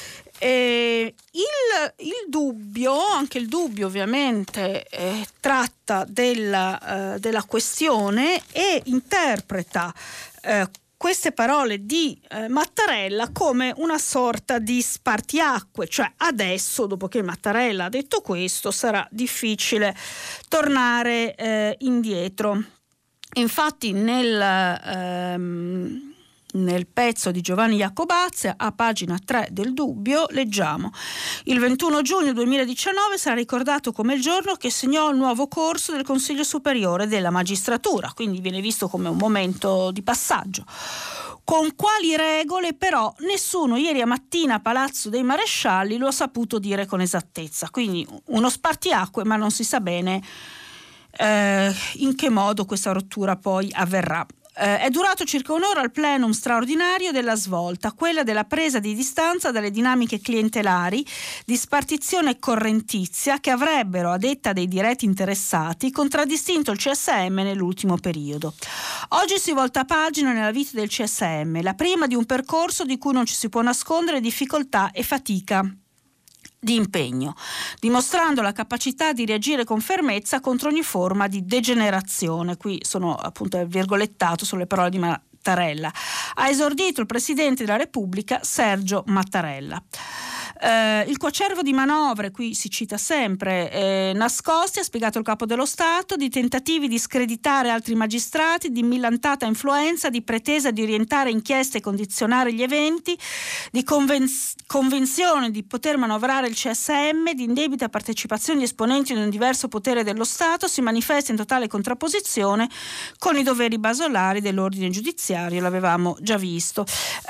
Il dubbio ovviamente tratta della questione e interpreta queste parole di Mattarella come una sorta di spartiacque, cioè adesso, dopo che Mattarella ha detto questo, sarà difficile tornare indietro. Infatti nel pezzo di Giovanni Iacobazzi, a pagina 3 del Dubbio, leggiamo: il 21 giugno 2019 sarà ricordato come il giorno che segnò il nuovo corso del Consiglio Superiore della Magistratura, quindi viene visto come un momento di passaggio. Con quali regole però nessuno ieri a mattina a Palazzo dei Marescialli lo ha saputo dire con esattezza, quindi uno spartiacque, ma non si sa bene in che modo questa rottura poi avverrà. È durato circa un'ora il plenum straordinario della svolta, quella della presa di distanza dalle dinamiche clientelari di spartizione correntizia che avrebbero, a detta dei diretti interessati, contraddistinto il CSM nell'ultimo periodo. Oggi si volta pagina nella vita del CSM, la prima di un percorso di cui non ci si può nascondere difficoltà e fatica di impegno, dimostrando la capacità di reagire con fermezza contro ogni forma di degenerazione. Qui sono appunto virgolettato sulle parole di Mattarella. Ha esordito il Presidente della Repubblica Sergio Mattarella. Il coacervo di manovre, qui si cita sempre, nascosti, ha spiegato il Capo dello Stato, di tentativi di screditare altri magistrati, di millantata influenza, di pretesa di orientare inchieste e condizionare gli eventi, di convinzione di poter manovrare il CSM, di indebita partecipazione di esponenti di un diverso potere dello Stato, si manifesta in totale contrapposizione con i doveri basilari dell'ordine giudiziario, l'avevamo già visto.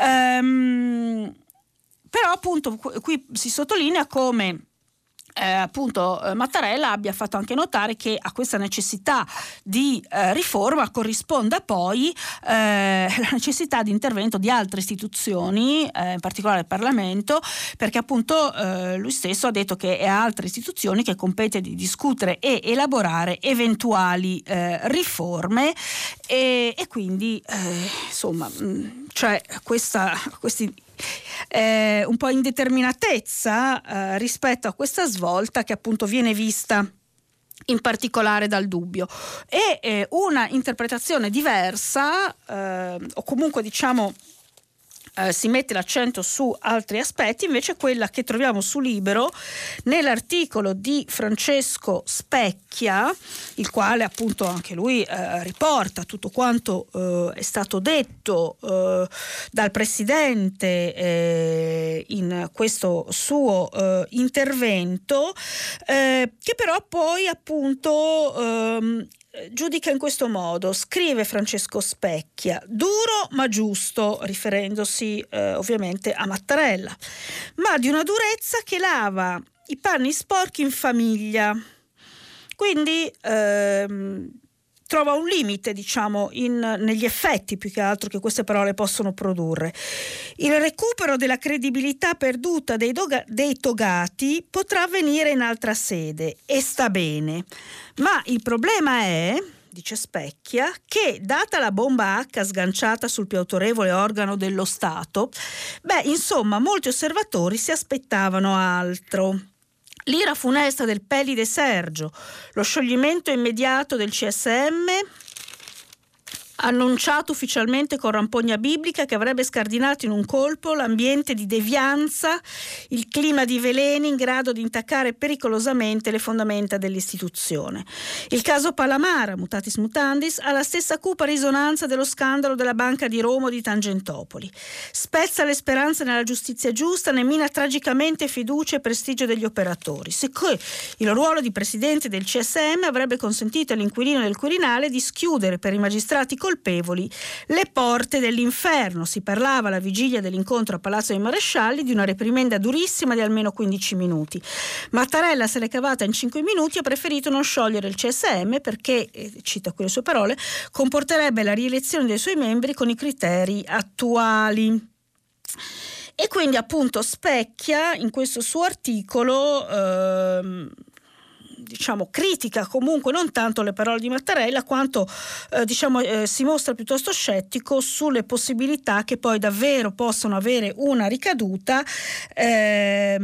Però appunto qui si sottolinea come appunto Mattarella abbia fatto anche notare che a questa necessità di riforma corrisponda poi la necessità di intervento di altre istituzioni, in particolare il Parlamento, perché appunto lui stesso ha detto che è a altre istituzioni che compete di discutere e elaborare eventuali riforme e quindi insomma c'è questi un po' indeterminatezza rispetto a questa svolta che appunto viene vista in particolare dal dubbio, e una interpretazione diversa o comunque diciamo si mette l'accento su altri aspetti, invece quella che troviamo su Libero nell'articolo di Francesco Specchia, il quale appunto anche lui riporta tutto quanto è stato detto dal Presidente in questo suo intervento, che però poi appunto giudica in questo modo. Scrive Francesco Specchia: duro ma giusto, riferendosi ovviamente a Mattarella, ma di una durezza che lava i panni sporchi in famiglia. Quindi trova un limite, diciamo, negli effetti più che altro che queste parole possono produrre. Il recupero della credibilità perduta dei togati potrà avvenire in altra sede e sta bene, ma il problema è, dice Specchia, che data la bomba H sganciata sul più autorevole organo dello Stato, insomma molti osservatori si aspettavano altro. L'ira funesta del Pelide Sergio, lo scioglimento immediato del CSM, annunciato ufficialmente con rampogna biblica, che avrebbe scardinato in un colpo l'ambiente di devianza, il clima di veleni in grado di intaccare pericolosamente le fondamenta dell'istituzione. Il caso Palamara, mutatis mutandis, ha la stessa cupa risonanza dello scandalo della Banca di Roma o di Tangentopoli. Spezza le speranze nella giustizia giusta, ne mina tragicamente fiducia e prestigio degli operatori, sicché il ruolo di presidente del CSM avrebbe consentito all'inquilino del Quirinale di schiudere per i magistrati colpevoli le porte dell'inferno. Si parlava alla vigilia dell'incontro a Palazzo dei Marescialli di una reprimenda durissima di almeno 15 minuti. Mattarella se l'è cavata in 5 minuti, ha preferito non sciogliere il CSM perché, cita qui le sue parole, comporterebbe la rielezione dei suoi membri con i criteri attuali. E quindi appunto Specchia in questo suo articolo diciamo critica comunque non tanto le parole di Mattarella quanto si mostra piuttosto scettico sulle possibilità che poi davvero possono avere una ricaduta, e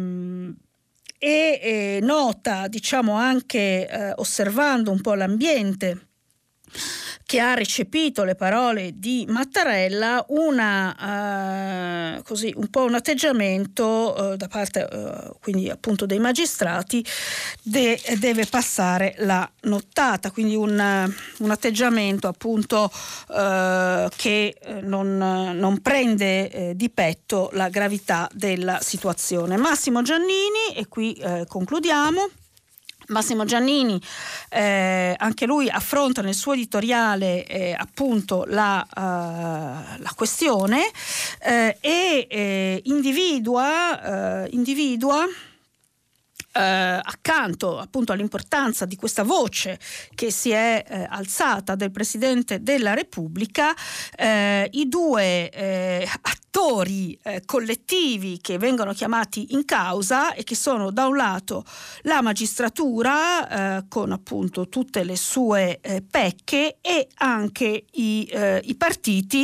nota, diciamo, anche osservando un po' l'ambiente che ha recepito le parole di Mattarella, così un po' un atteggiamento da parte quindi appunto dei magistrati deve passare la nottata, quindi un atteggiamento appunto che non prende di petto la gravità della situazione. Massimo Giannini, e qui concludiamo. Massimo Giannini anche lui affronta nel suo editoriale appunto la questione e individua accanto appunto all'importanza di questa voce che si è alzata del Presidente della Repubblica, i due attori collettivi che vengono chiamati in causa e che sono da un lato la magistratura con appunto tutte le sue pecche e anche i partiti,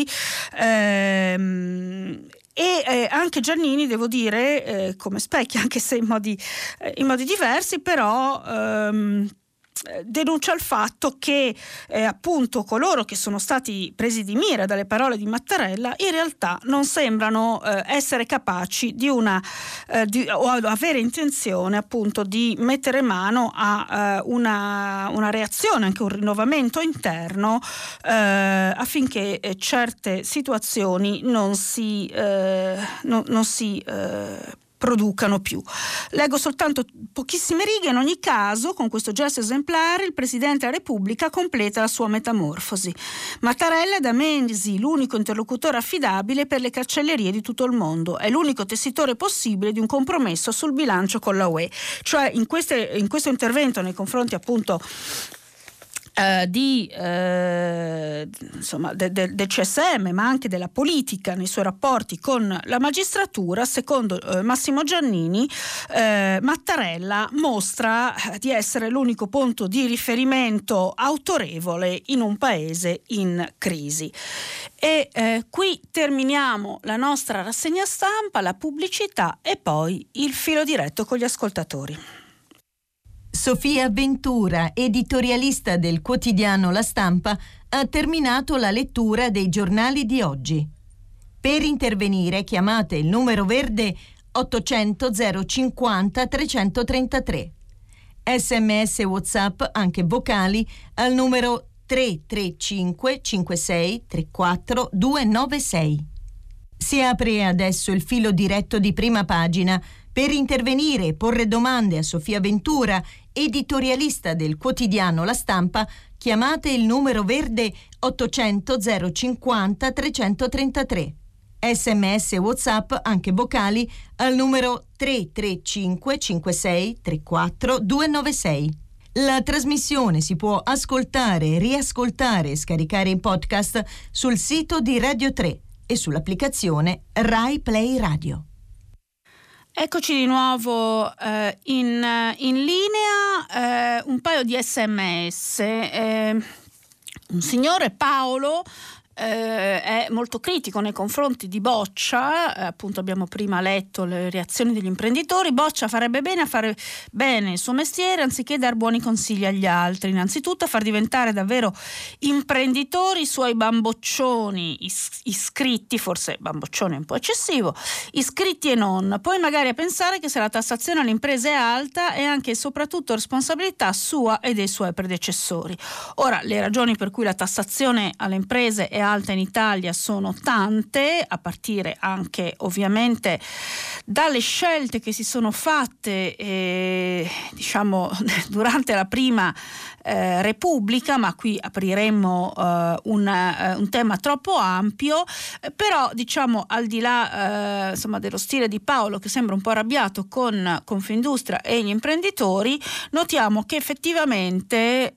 e anche Giannini, devo dire, come Specchia, anche se in modi diversi, però denuncia il fatto che appunto coloro che sono stati presi di mira dalle parole di Mattarella in realtà non sembrano essere capaci o avere intenzione appunto di mettere mano a una reazione, anche un rinnovamento interno affinché certe situazioni non si producano più. Leggo soltanto pochissime righe. In ogni caso, con questo gesto esemplare, il Presidente della Repubblica completa la sua metamorfosi. Mattarella è da mesi l'unico interlocutore affidabile per le cancellerie di tutto il mondo. È l'unico tessitore possibile di un compromesso sul bilancio con la UE. Cioè, in questo intervento nei confronti appunto del CSM, ma anche della politica nei suoi rapporti con la magistratura, secondo Massimo Giannini, Mattarella mostra di essere l'unico punto di riferimento autorevole in un paese in crisi. E qui terminiamo la nostra rassegna stampa, la pubblicità e poi il filo diretto con gli ascoltatori. Sofia Ventura, editorialista del quotidiano La Stampa, ha terminato la lettura dei giornali di oggi. Per intervenire chiamate il numero verde 800 050 333. SMS WhatsApp, anche vocali, al numero 335 56 34 296. Si apre adesso il filo diretto di Prima Pagina. Per intervenire e porre domande a Sofia Ventura, editorialista del quotidiano La Stampa, chiamate il numero verde 800 050 333. SMS WhatsApp, anche vocali, al numero 335 56 34 296. La trasmissione si può ascoltare, riascoltare e scaricare in podcast sul sito di Radio 3 e sull'applicazione Rai Play Radio. Eccoci di nuovo in linea, un paio di SMS. Un signore, Paolo, è molto critico nei confronti di Boccia, appunto abbiamo prima letto le reazioni degli imprenditori. Boccia farebbe bene a fare bene il suo mestiere anziché dar buoni consigli agli altri, innanzitutto a far diventare davvero imprenditori i suoi bamboccioni iscritti, forse bamboccione è un po' eccessivo, iscritti e non, poi magari a pensare che se la tassazione alle imprese è alta è anche e soprattutto responsabilità sua e dei suoi predecessori. Ora, le ragioni per cui la tassazione alle imprese è alta in Italia sono tante, a partire anche ovviamente dalle scelte che si sono fatte durante la prima Repubblica, ma qui apriremmo un tema troppo ampio, però al di là dello stile di Paolo, che sembra un po' arrabbiato con Confindustria e gli imprenditori, notiamo che effettivamente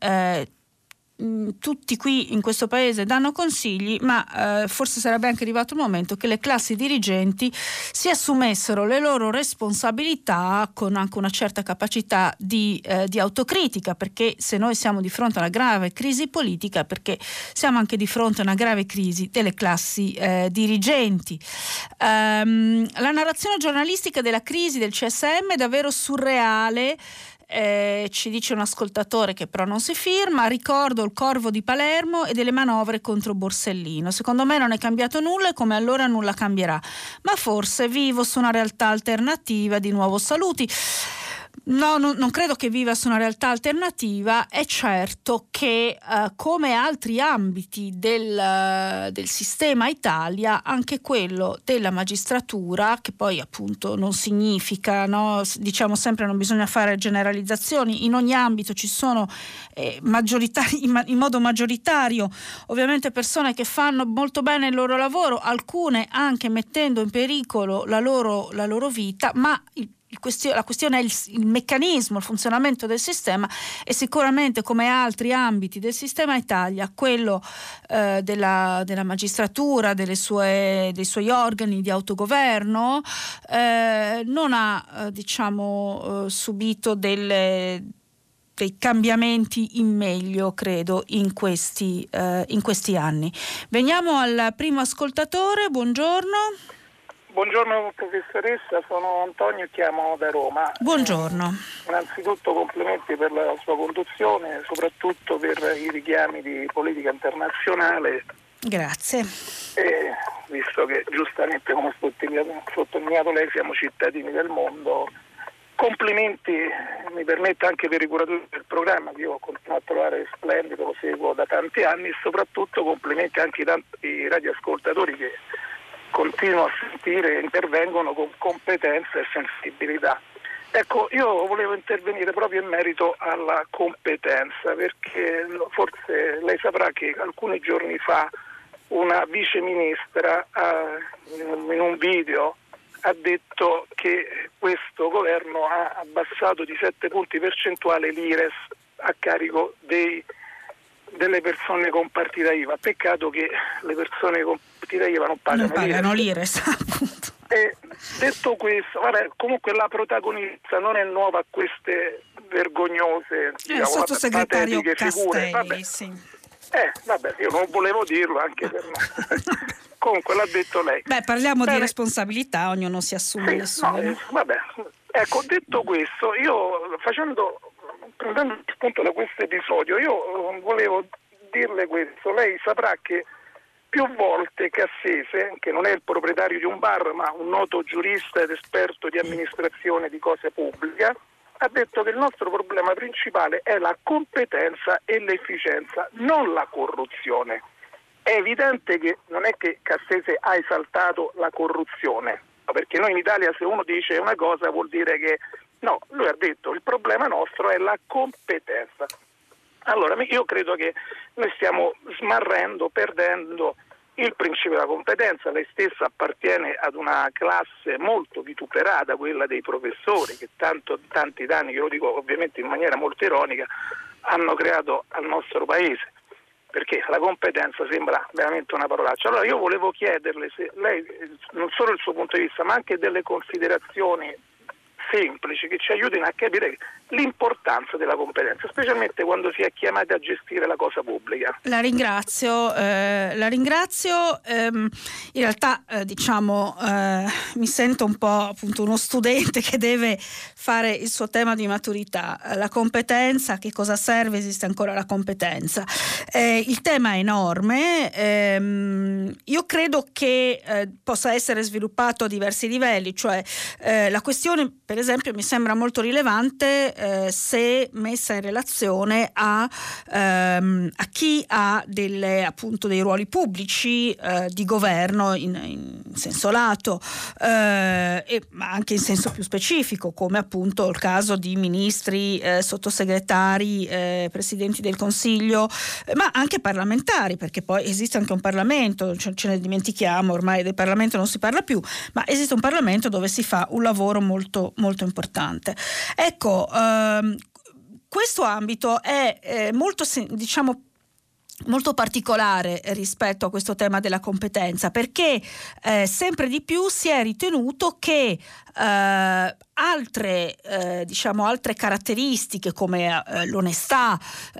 tutti qui in questo paese danno consigli, ma forse sarebbe anche arrivato il momento che le classi dirigenti si assumessero le loro responsabilità con anche una certa capacità di autocritica, perché se noi siamo di fronte a una grave crisi politica, perché siamo anche di fronte a una grave crisi delle classi dirigenti. La narrazione giornalistica della crisi del CSM è davvero surreale. Ci dice un ascoltatore che però non si firma. Ricordo il Corvo di Palermo e delle manovre contro Borsellino. Secondo me non è cambiato nulla e come allora nulla cambierà, ma forse vivo su una realtà alternativa. Di nuovo saluti. No, non credo che viva su una realtà alternativa. È certo che come altri ambiti del sistema Italia, anche quello della magistratura, che poi appunto non significa, no? Diciamo sempre non bisogna fare generalizzazioni, in ogni ambito ci sono in modo maggioritario ovviamente persone che fanno molto bene il loro lavoro, alcune anche mettendo in pericolo la loro vita, ma la questione è il meccanismo, il funzionamento del sistema, e sicuramente come altri ambiti del sistema Italia, quello della magistratura, dei suoi organi di autogoverno, non ha subito dei cambiamenti in meglio, credo, in questi anni. Veniamo al primo ascoltatore. Buongiorno. Buongiorno professoressa, sono Antonio e chiamo da Roma. Buongiorno. Innanzitutto complimenti per la sua conduzione, soprattutto per i richiami di politica internazionale. Grazie. E visto che giustamente, come ha sottolineato lei, siamo cittadini del mondo, complimenti, mi permetta, anche per i curatori del programma, che io ho continuato a trovare splendido, lo seguo da tanti anni, e soprattutto complimenti anche ai radioascoltatori che continuo a sentire e intervengono con competenza e sensibilità. Ecco, io volevo intervenire proprio in merito alla competenza, perché forse lei saprà che alcuni giorni fa una viceministra in un video ha detto che questo governo ha abbassato di 7 punti percentuali l'IRES a carico delle persone con partita IVA. Peccato che le persone con partita IVA non pagano l'IRES, appunto. E detto questo, comunque la protagonista non è nuova a queste vergognose sottosegretario Castelli, figure. Sì. Io non volevo dirlo, anche per me. Comunque l'ha detto lei. Parliamo di responsabilità, ognuno si assume le sue. Ecco, detto questo, io prendendo spunto da questo episodio, io volevo dirle questo. Lei saprà che più volte Cassese, che non è il proprietario di un bar ma un noto giurista ed esperto di amministrazione di cose pubbliche, ha detto che il nostro problema principale è la competenza e l'efficienza, non la corruzione. È evidente che non è che Cassese ha esaltato la corruzione, perché noi in Italia se uno dice una cosa vuol dire che no, lui ha detto il problema nostro è la competenza. Allora io credo che noi stiamo smarrendo, perdendo il principio della competenza. Lei stessa appartiene ad una classe molto vituperata, quella dei professori, che tanti danni, che lo dico ovviamente in maniera molto ironica, hanno creato al nostro paese, perché la competenza sembra veramente una parolaccia. Allora io volevo chiederle se lei, non solo il suo punto di vista, ma anche delle considerazioni semplici che ci aiutino a capire l'importanza della competenza, specialmente quando si è chiamati a gestire la cosa pubblica. La ringrazio. In realtà mi sento un po' appunto uno studente che deve fare il suo tema di maturità. La competenza, che cosa serve? Esiste ancora la competenza? Il tema è enorme. Io credo che possa essere sviluppato a diversi livelli, cioè la questione, per esempio, mi sembra molto rilevante se messa in relazione a chi ha dei ruoli pubblici di governo in senso lato, ma anche in senso più specifico, come appunto il caso di ministri, sottosegretari, presidenti del Consiglio, ma anche parlamentari, perché poi esiste anche un Parlamento, ce ne dimentichiamo, ormai del Parlamento non si parla più, ma esiste un Parlamento dove si fa un lavoro molto, molto importante. Ecco, questo ambito è molto particolare rispetto a questo tema della competenza, perché sempre di più si è ritenuto che altre caratteristiche come l'onestà,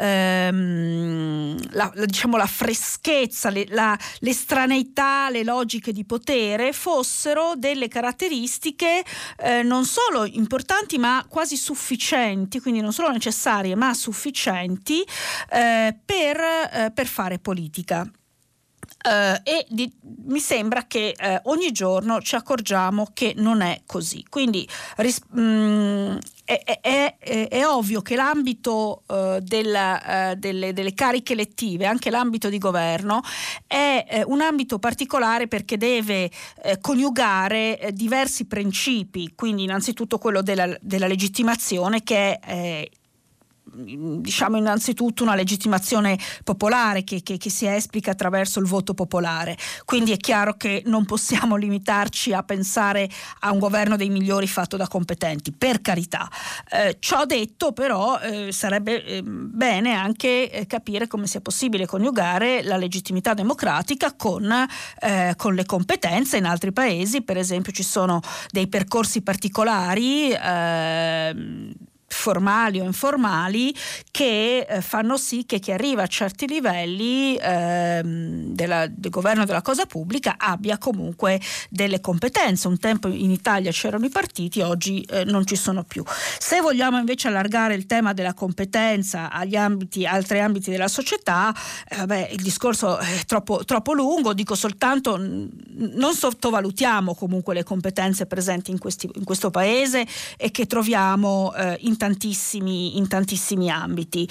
la freschezza, l'estraneità, le logiche di potere fossero delle caratteristiche non solo importanti ma quasi sufficienti, quindi non solo necessarie ma sufficienti per fare politica. Mi sembra che ogni giorno ci accorgiamo che non è così. Quindi è ovvio che l'ambito delle cariche elettive, anche l'ambito di governo, è un ambito particolare perché deve coniugare diversi principi, quindi innanzitutto quello della legittimazione, che è innanzitutto una legittimazione popolare che si esplica attraverso il voto popolare. Quindi è chiaro che non possiamo limitarci a pensare a un governo dei migliori fatto da competenti, per carità. Ciò detto, però, sarebbe bene anche capire come sia possibile coniugare la legittimità democratica con le competenze. In altri paesi, per esempio, ci sono dei percorsi particolari, formali o informali, che fanno sì che chi arriva a certi livelli del governo della cosa pubblica abbia comunque delle competenze. Un tempo in Italia c'erano i partiti, oggi non ci sono più. Se vogliamo invece allargare il tema della competenza agli altri ambiti della società, il discorso è troppo lungo. Dico soltanto, non sottovalutiamo comunque le competenze presenti in questo paese e che troviamo in tantissimi ambiti.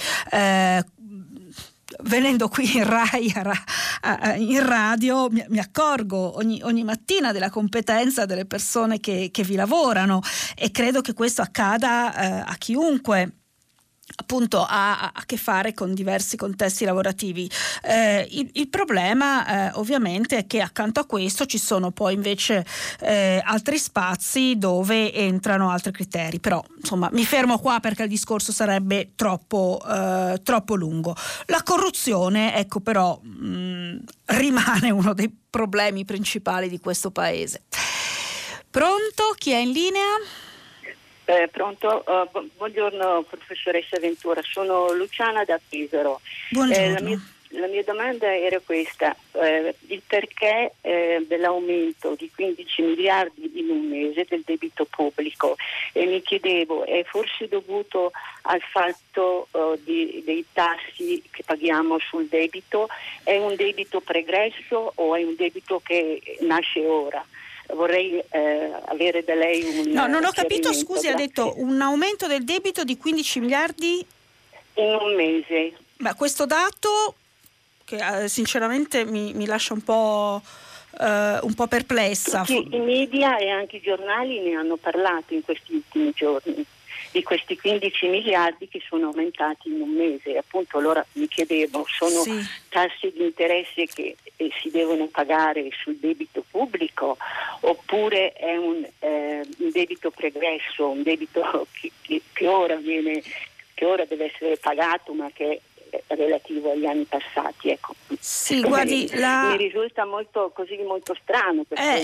Venendo qui in Rai, in radio, mi accorgo ogni mattina della competenza delle persone che vi lavorano, e credo che questo accada a chiunque appunto ha a che fare con diversi contesti lavorativi. Il problema ovviamente è che accanto a questo ci sono poi invece altri spazi dove entrano altri criteri, però insomma mi fermo qua perché il discorso sarebbe troppo lungo. La corruzione, ecco, però rimane uno dei problemi principali di questo paese. Pronto? Chi è in linea? Pronto? Buongiorno professoressa Ventura, sono Luciana da Pesaro. Buongiorno. la mia domanda era questa, il perché dell'aumento di 15 miliardi in un mese del debito pubblico, e mi chiedevo, è forse dovuto al fatto dei tassi che paghiamo sul debito? È un debito pregresso o è un debito che nasce ora? Vorrei avere da lei un No, non ho capito, scusi, grazie. ha detto un aumento del debito di 15 miliardi in un mese. Ma questo dato che sinceramente mi lascia un po' perplessa. Tutti i media e anche i giornali ne hanno parlato in questi ultimi giorni, di questi 15 miliardi che sono aumentati in un mese. Appunto, allora mi chiedevo, sono tassi di interesse che si devono pagare sul debito pubblico, oppure è un debito pregresso, un debito che ora deve essere pagato, ma che è relativo agli anni passati, ecco. Sì, guardi, mi risulta molto strano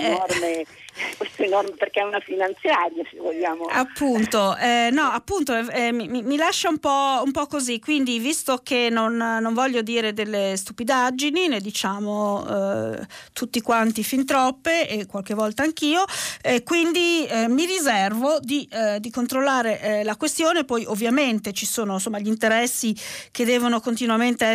questo enorme, perché è una finanziaria, se vogliamo. Appunto, mi lascia un po' così, quindi visto che non voglio dire delle stupidaggini, ne diciamo tutti quanti fin troppe e qualche volta anch'io, quindi mi riservo di controllare la questione. Poi ovviamente ci sono, insomma, gli interessi che devono continuamente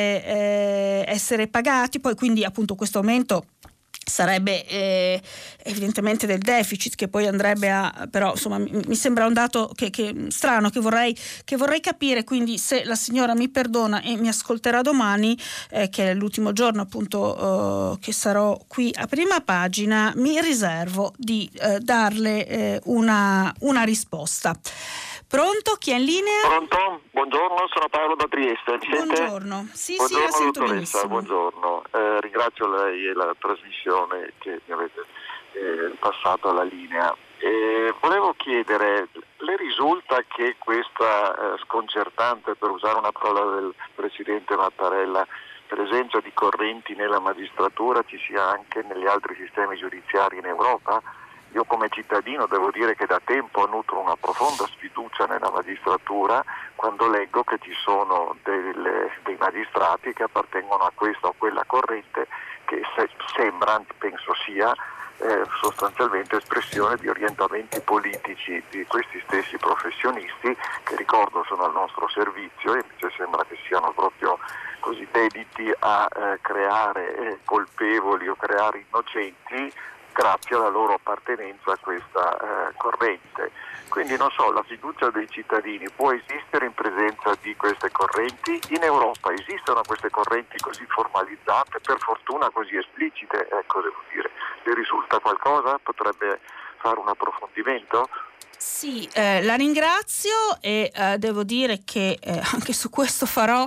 essere pagati, poi quindi appunto questo aumento sarebbe evidentemente del deficit, che poi andrebbe però insomma mi sembra un dato che strano, che vorrei capire. Quindi, se la signora mi perdona e mi ascolterà domani, che è l'ultimo giorno appunto che sarò qui a Prima Pagina, mi riservo di darle una risposta. Pronto? Chi è in linea? Pronto? Buongiorno, sono Paolo da Trieste. Mi Buongiorno. Sì, buongiorno, la sento dottoressa, benissimo. Buongiorno. Ringrazio lei e la trasmissione che mi avete passato alla linea. Volevo chiedere, le risulta che questa sconcertante, per usare una parola del Presidente Mattarella, presenza di correnti nella magistratura ci sia anche negli altri sistemi giudiziari in Europa? Io come cittadino devo dire che da tempo nutro una profonda sfiducia nella magistratura quando leggo che ci sono dei magistrati che appartengono a questa o quella corrente che sembra, penso sia, sostanzialmente espressione di orientamenti politici di questi stessi professionisti, che ricordo sono al nostro servizio, e invece sembra che siano proprio così dediti a creare colpevoli o creare innocenti grazie alla loro appartenenza a questa corrente. Quindi non so, la fiducia dei cittadini può esistere in presenza di queste correnti? In Europa esistono queste correnti così formalizzate, per fortuna così esplicite? Ecco, devo dire, le risulta qualcosa? Potrebbe fare un approfondimento? Sì, la ringrazio e devo dire che anche su questo farò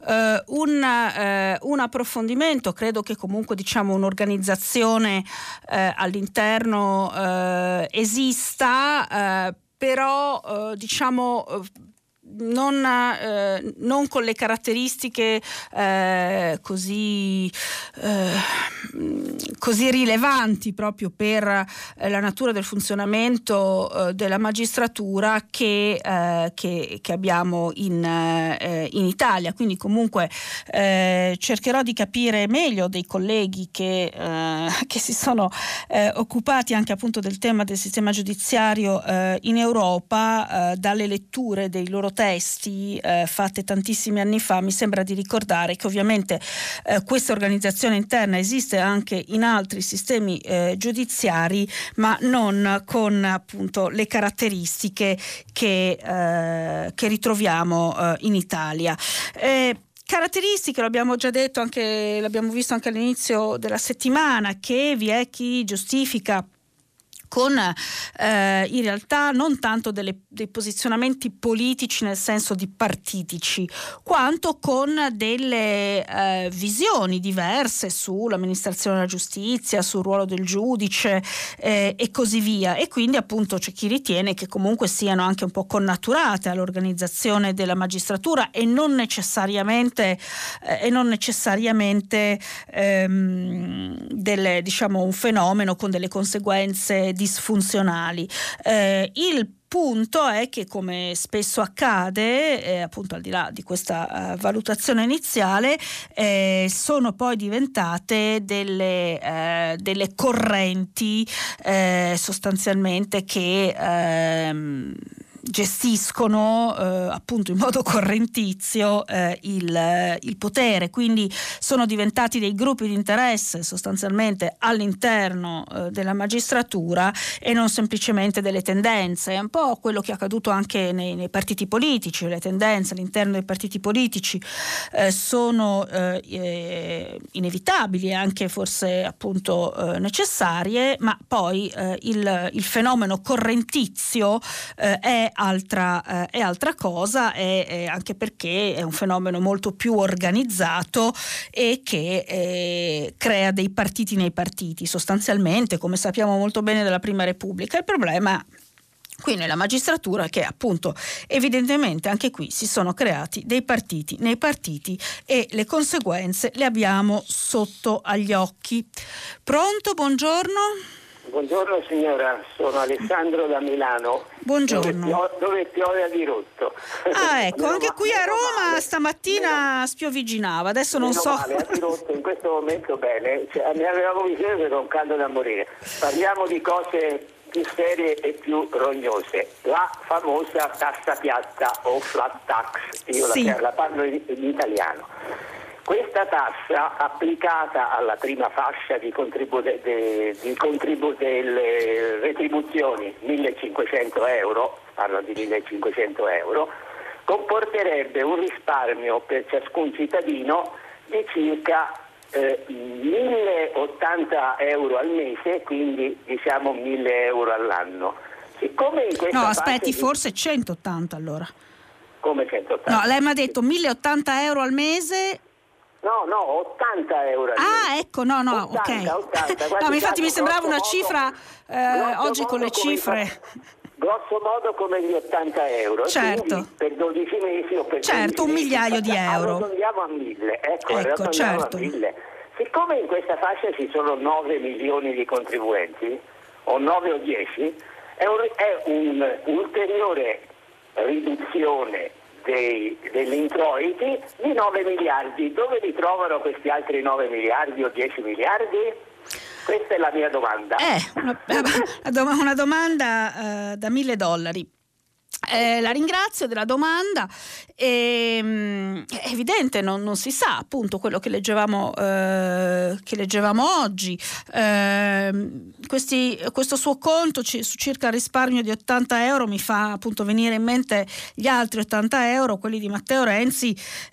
un approfondimento. Credo che comunque un'organizzazione all'interno esista, però non con le caratteristiche così rilevanti proprio per la natura del funzionamento della magistratura che abbiamo in Italia. Quindi comunque cercherò di capire meglio dei colleghi che si sono occupati anche appunto del tema del sistema giudiziario in Europa, dalle letture dei loro testi fatte tantissimi anni fa. Mi sembra di ricordare che ovviamente questa organizzazione interna esiste anche in altri sistemi giudiziari, ma non con appunto le caratteristiche che ritroviamo in Italia. Caratteristiche, lo abbiamo già detto, l'abbiamo visto anche all'inizio della settimana, che vi è chi giustifica con in realtà non tanto dei posizionamenti politici nel senso di partitici, quanto con delle visioni diverse sull'amministrazione della giustizia, sul ruolo del giudice e così via. E quindi appunto c'è chi ritiene che comunque siano anche un po' connaturate all'organizzazione della magistratura e non necessariamente un fenomeno con delle conseguenze disfunzionali. Il punto è che, come spesso accade, appunto al di là di questa valutazione iniziale, sono poi diventate delle correnti sostanzialmente che gestiscono appunto in modo correntizio il potere, quindi sono diventati dei gruppi di interesse sostanzialmente all'interno della magistratura e non semplicemente delle tendenze. È un po' quello che è accaduto anche nei partiti politici. Le tendenze all'interno dei partiti politici sono inevitabili e anche forse appunto necessarie, ma poi il fenomeno correntizio è altra cosa, anche perché è un fenomeno molto più organizzato e che crea dei partiti nei partiti, sostanzialmente, come sappiamo molto bene dalla Prima Repubblica. Il problema qui nella magistratura è che appunto evidentemente anche qui si sono creati dei partiti nei partiti e le conseguenze le abbiamo sotto agli occhi. Pronto? Buongiorno. Buongiorno signora, sono Alessandro da Milano. Buongiorno. Dove piove a dirotto. Ah, ecco, anche qui a Roma stamattina spiovigginava, adesso non so. Male, a dirotto in questo momento bene, ne avevamo bisogno per un caldo da morire. Parliamo di cose più serie e più rognose. La famosa tassa piatta o flat tax, io sì. la parlo in italiano. Questa tassa applicata alla prima fascia di delle retribuzioni, 1.500 euro, parlo di 1.500 euro, comporterebbe un risparmio per ciascun cittadino di circa 1.080 euro al mese, quindi diciamo 1.000 euro all'anno. Siccome in questa aspetti, forse 180 allora. Come 180? No, lei mi ha detto 1.080 euro al mese. No, 80 euro. Ecco, 80, ok. 80. No, infatti mi sembrava una cifra oggi con le cifre. Grosso modo come gli 80 euro. Certo. Per 12 mesi o per 1 migliaio di euro. Arrotondiamo a 1.000. Ecco, certo. A 1.000. Siccome in questa fascia ci sono 9 milioni di contribuenti, o 9 o 10, è un'ulteriore riduzione degli introiti di 9 miliardi. Dove li trovano questi altri 9 miliardi o 10 miliardi? Questa è la mia domanda. Una domanda da $1.000. La ringrazio della domanda. È evidente, non si sa appunto quello che leggevamo oggi. Questo suo conto su circa il risparmio di 80 euro mi fa appunto venire in mente gli altri 80 euro, quelli di Matteo Renzi,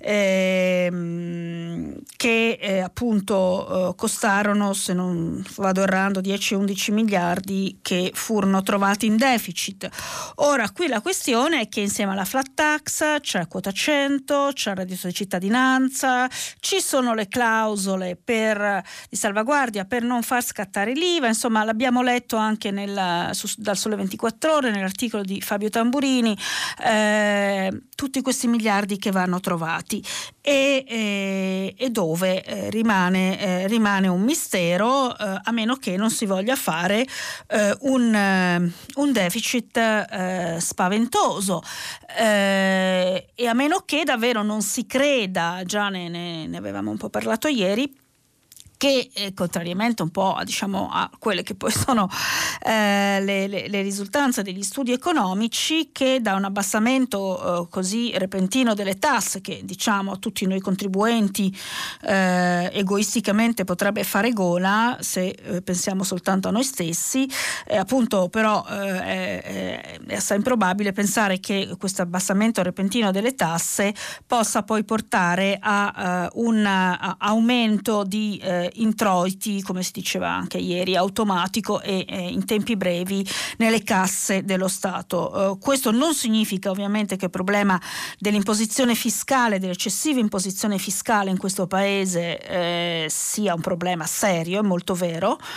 che appunto costarono, se non vado errando, 10-11 miliardi che furono trovati in deficit. Ora qui la questione è che insieme alla flat tax c'è quota 100, c'è il reddito di cittadinanza, ci sono le clausole di salvaguardia per non far scattare l'IVA, insomma l'abbiamo letto anche dal Sole 24 Ore, nell'articolo di Fabio Tamburini, tutti questi miliardi che vanno trovati e dove rimane un mistero, a meno che non si voglia fare un deficit spaventoso, e a meno che davvero non si creda, già ne avevamo un po' parlato ieri, che contrariamente un po' a quelle che poi sono le risultanze degli studi economici, che da un abbassamento così repentino delle tasse, che diciamo a tutti noi contribuenti egoisticamente potrebbe fare gola se pensiamo soltanto a noi stessi, appunto però è assai improbabile pensare che questo abbassamento repentino delle tasse possa poi portare a un aumento di introiti, come si diceva anche ieri, automatico e in tempi brevi nelle casse dello Stato. Questo non significa ovviamente che il problema dell'imposizione fiscale, dell'eccessiva imposizione fiscale in questo paese sia un problema serio, è molto vero,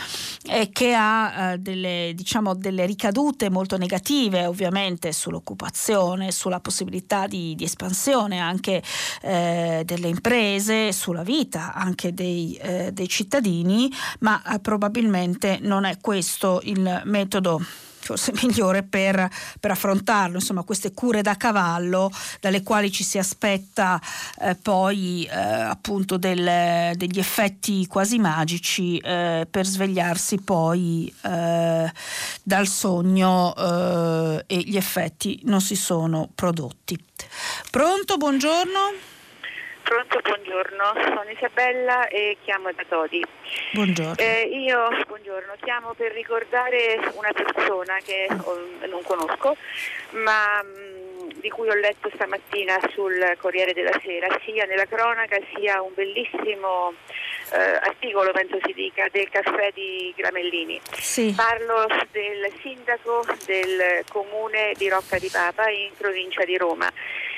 che ha delle ricadute molto negative ovviamente sull'occupazione, sulla possibilità di espansione anche delle imprese, sulla vita anche dei cittadini, ma probabilmente non è questo il metodo forse migliore per affrontarlo, insomma, queste cure da cavallo dalle quali ci si aspetta poi appunto degli effetti quasi magici per svegliarsi poi dal sogno e gli effetti non si sono prodotti. Pronto, buongiorno. Pronto, buongiorno, sono Isabella e chiamo da Todi. Buongiorno. Buongiorno, chiamo per ricordare una persona che non conosco, ma di cui ho letto stamattina sul Corriere della Sera, sia nella cronaca sia un bellissimo articolo, penso si dica, del caffè di Gramellini. Sì. Parlo del sindaco del comune di Rocca di Papa in provincia di Roma,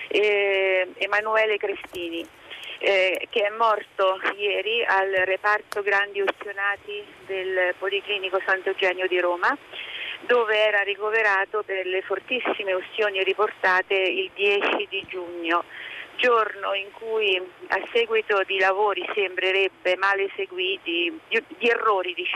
Emanuele Crestini, che è morto ieri al reparto grandi ustionati del Policlinico Sant'Eugenio di Roma, dove era ricoverato per le fortissime ustioni riportate il 10 di giugno, giorno in cui, a seguito di lavori sembrerebbe male eseguiti, di errori di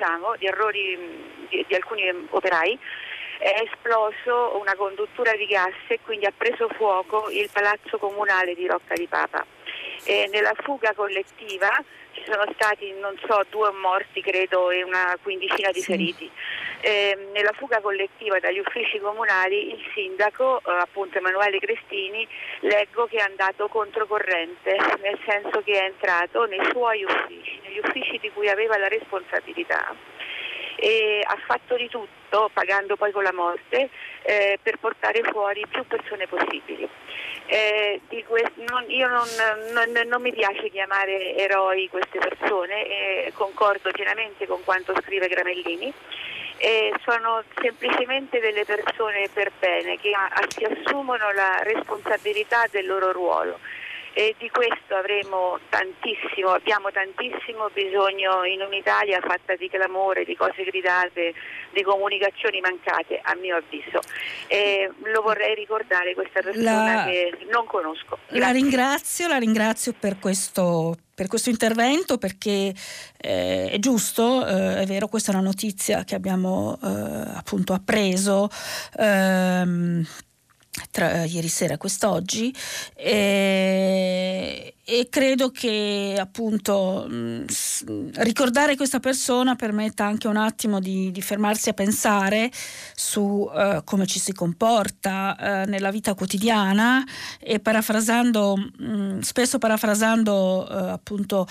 alcuni operai, è esploso una conduttura di gas e quindi ha preso fuoco il palazzo comunale di Rocca di Papa. Nella fuga collettiva ci sono stati, 2 morti credo e una quindicina di feriti. Nella fuga collettiva dagli uffici comunali il sindaco, appunto Emanuele Crestini, leggo che è andato controcorrente, nel senso che è entrato nei suoi uffici, negli uffici di cui aveva la responsabilità, e ha fatto di tutto, pagando poi con la morte, per portare fuori più persone possibili. Io non mi piace chiamare eroi queste persone, concordo pienamente con quanto scrive Gramellini, sono semplicemente delle persone per bene che si assumono la responsabilità del loro ruolo. E di questo abbiamo tantissimo bisogno in un'Italia fatta di clamore, di cose gridate, di comunicazioni mancate, a mio avviso. Lo vorrei ricordare, questa persona che non conosco. Grazie. La ringrazio per questo intervento, perché è giusto, è vero, questa è una notizia che abbiamo appunto appreso tra ieri sera e quest'oggi, e credo che appunto ricordare questa persona permetta anche un attimo di fermarsi a pensare su come ci si comporta nella vita quotidiana, e spesso parafrasando appunto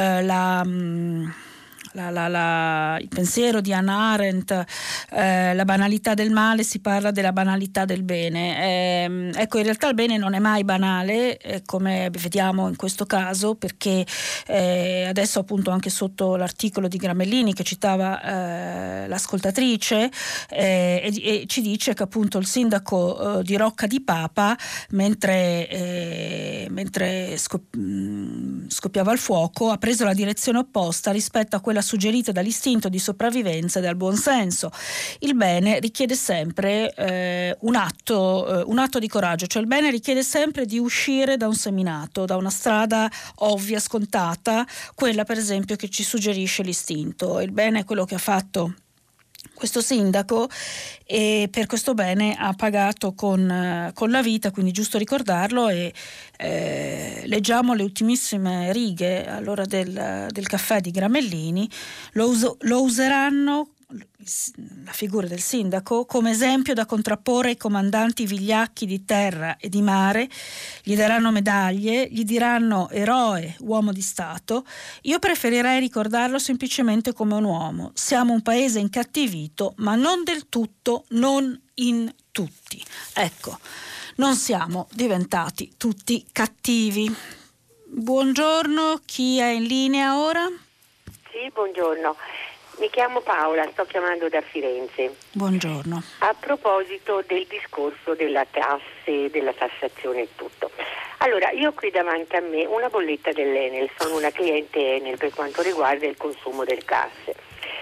il pensiero di Hannah Arendt, la banalità del male, si parla della banalità del bene. Ecco, in realtà il bene non è mai banale, come vediamo in questo caso, perché adesso appunto anche sotto l'articolo di Gramellini che citava l'ascoltatrice, e ci dice che appunto il sindaco di Rocca di Papa, mentre scoppiava il fuoco, ha preso la direzione opposta rispetto a quella suggerita dall'istinto di sopravvivenza e dal buonsenso. Il bene richiede sempre un atto di coraggio, cioè il bene richiede sempre di uscire da un seminato, da una strada ovvia, scontata, quella per esempio che ci suggerisce l'istinto. Il bene è quello che ha fatto questo sindaco, e per questo bene ha pagato con la vita, quindi giusto ricordarlo. E leggiamo le ultimissime righe allora del caffè di Gramellini. Lo useranno, la figura del sindaco, come esempio da contrapporre ai comandanti vigliacchi di terra e di mare, gli daranno medaglie, gli diranno eroe, uomo di Stato. Io preferirei ricordarlo semplicemente come un uomo. Siamo un paese incattivito, ma non del tutto, non in tutti. Ecco, non siamo diventati tutti cattivi. Buongiorno, chi è in linea ora? Sì, buongiorno. Mi chiamo Paola, sto chiamando da Firenze. Buongiorno. A proposito del discorso della tasse, della tassazione e tutto. Allora, io ho qui davanti a me una bolletta dell'Enel, sono una cliente Enel per quanto riguarda il consumo del gas.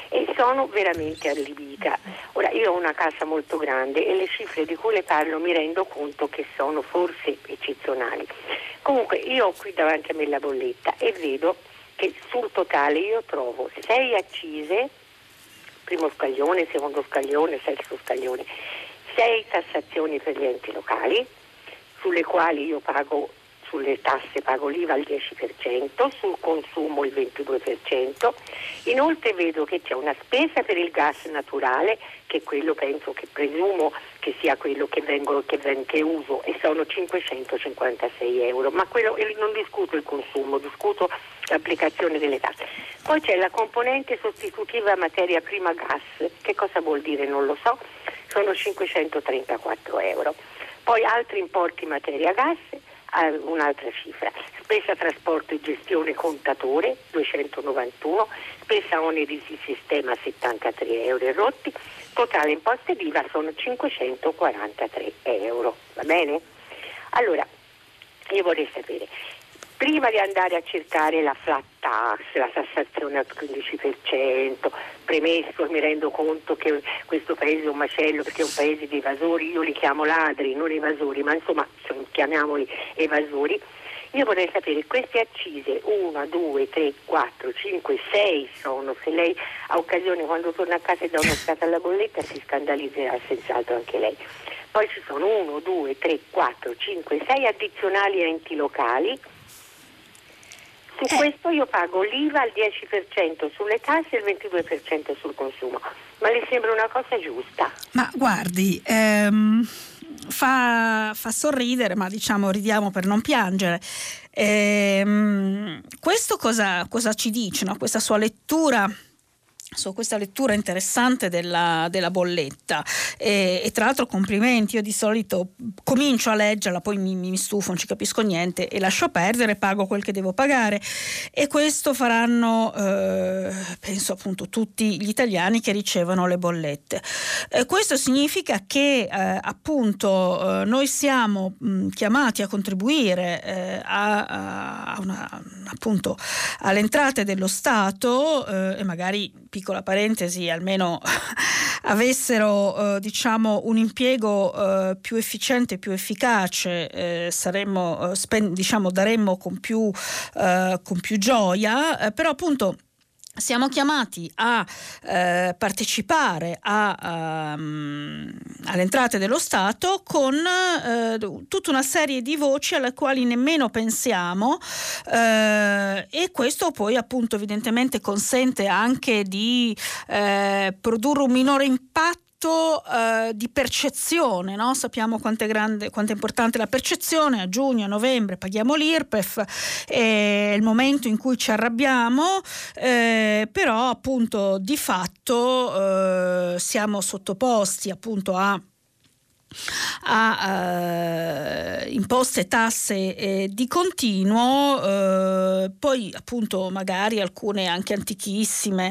e sono veramente allibita. Ora, io ho una casa molto grande e le cifre di cui le parlo mi rendo conto che sono forse eccezionali. Comunque io ho qui davanti a me la bolletta e vedo che sul totale io trovo 6 accise, primo scaglione, secondo scaglione, terzo scaglione, 6 tassazioni per gli enti locali, sulle quali io pago, sulle tasse pago l'IVA al 10%, sul consumo il 22%. Inoltre vedo che c'è una spesa per il gas naturale, che è quello che presumo che sia quello che uso, e sono 556 euro, ma quello non discuto il consumo, discuto l'applicazione delle tasse. Poi c'è la componente sostitutiva materia prima gas, che cosa vuol dire non lo so, sono 534 euro. Poi altri importi materia gas, un'altra cifra, spesa trasporto e gestione contatore 291, spesa oneri di sistema 73 euro e rotti, totale imposte d'IVA sono 543 euro, va bene? Allora, io vorrei sapere, prima di andare a cercare la flat tax, la tassazione al 15%, premesso, mi rendo conto che questo paese è un macello perché è un paese di evasori, io li chiamo ladri, non evasori, ma insomma chiamiamoli evasori. Io vorrei sapere, queste accise 1, 2, 3, 4, 5, 6 sono, se lei ha occasione quando torna a casa e dà un'occhiata alla bolletta si scandalizzerà senz'altro anche lei. Poi ci sono 1, 2, 3, 4, 5, 6 addizionali a enti locali. Su questo io pago l'IVA al 10% sulle tasse e il 22% sul consumo. Ma le sembra una cosa giusta? Ma guardi, fa sorridere, ma diciamo ridiamo per non piangere. Questo cosa ci dice, no? Questa sua lettura, su questa lettura interessante della bolletta, e tra l'altro complimenti. Io di solito comincio a leggerla, poi mi stufo, non ci capisco niente e lascio perdere, pago quel che devo pagare, e questo faranno penso appunto tutti gli italiani che ricevono le bollette. Questo significa che appunto noi siamo chiamati a contribuire appunto alle entrate dello Stato, e magari, piccola parentesi, almeno avessero diciamo un impiego più efficiente, più efficace, daremmo con più gioia, però appunto siamo chiamati a partecipare alle entrate dello Stato con tutta una serie di voci alle quali nemmeno pensiamo, e questo poi appunto evidentemente consente anche di produrre un minore impatto di percezione, no? Sappiamo quanto è importante la percezione. A giugno, a novembre paghiamo l'IRPEF, è il momento in cui ci arrabbiamo, però appunto di fatto siamo sottoposti appunto a imposte e tasse di continuo, poi appunto magari alcune anche antichissime,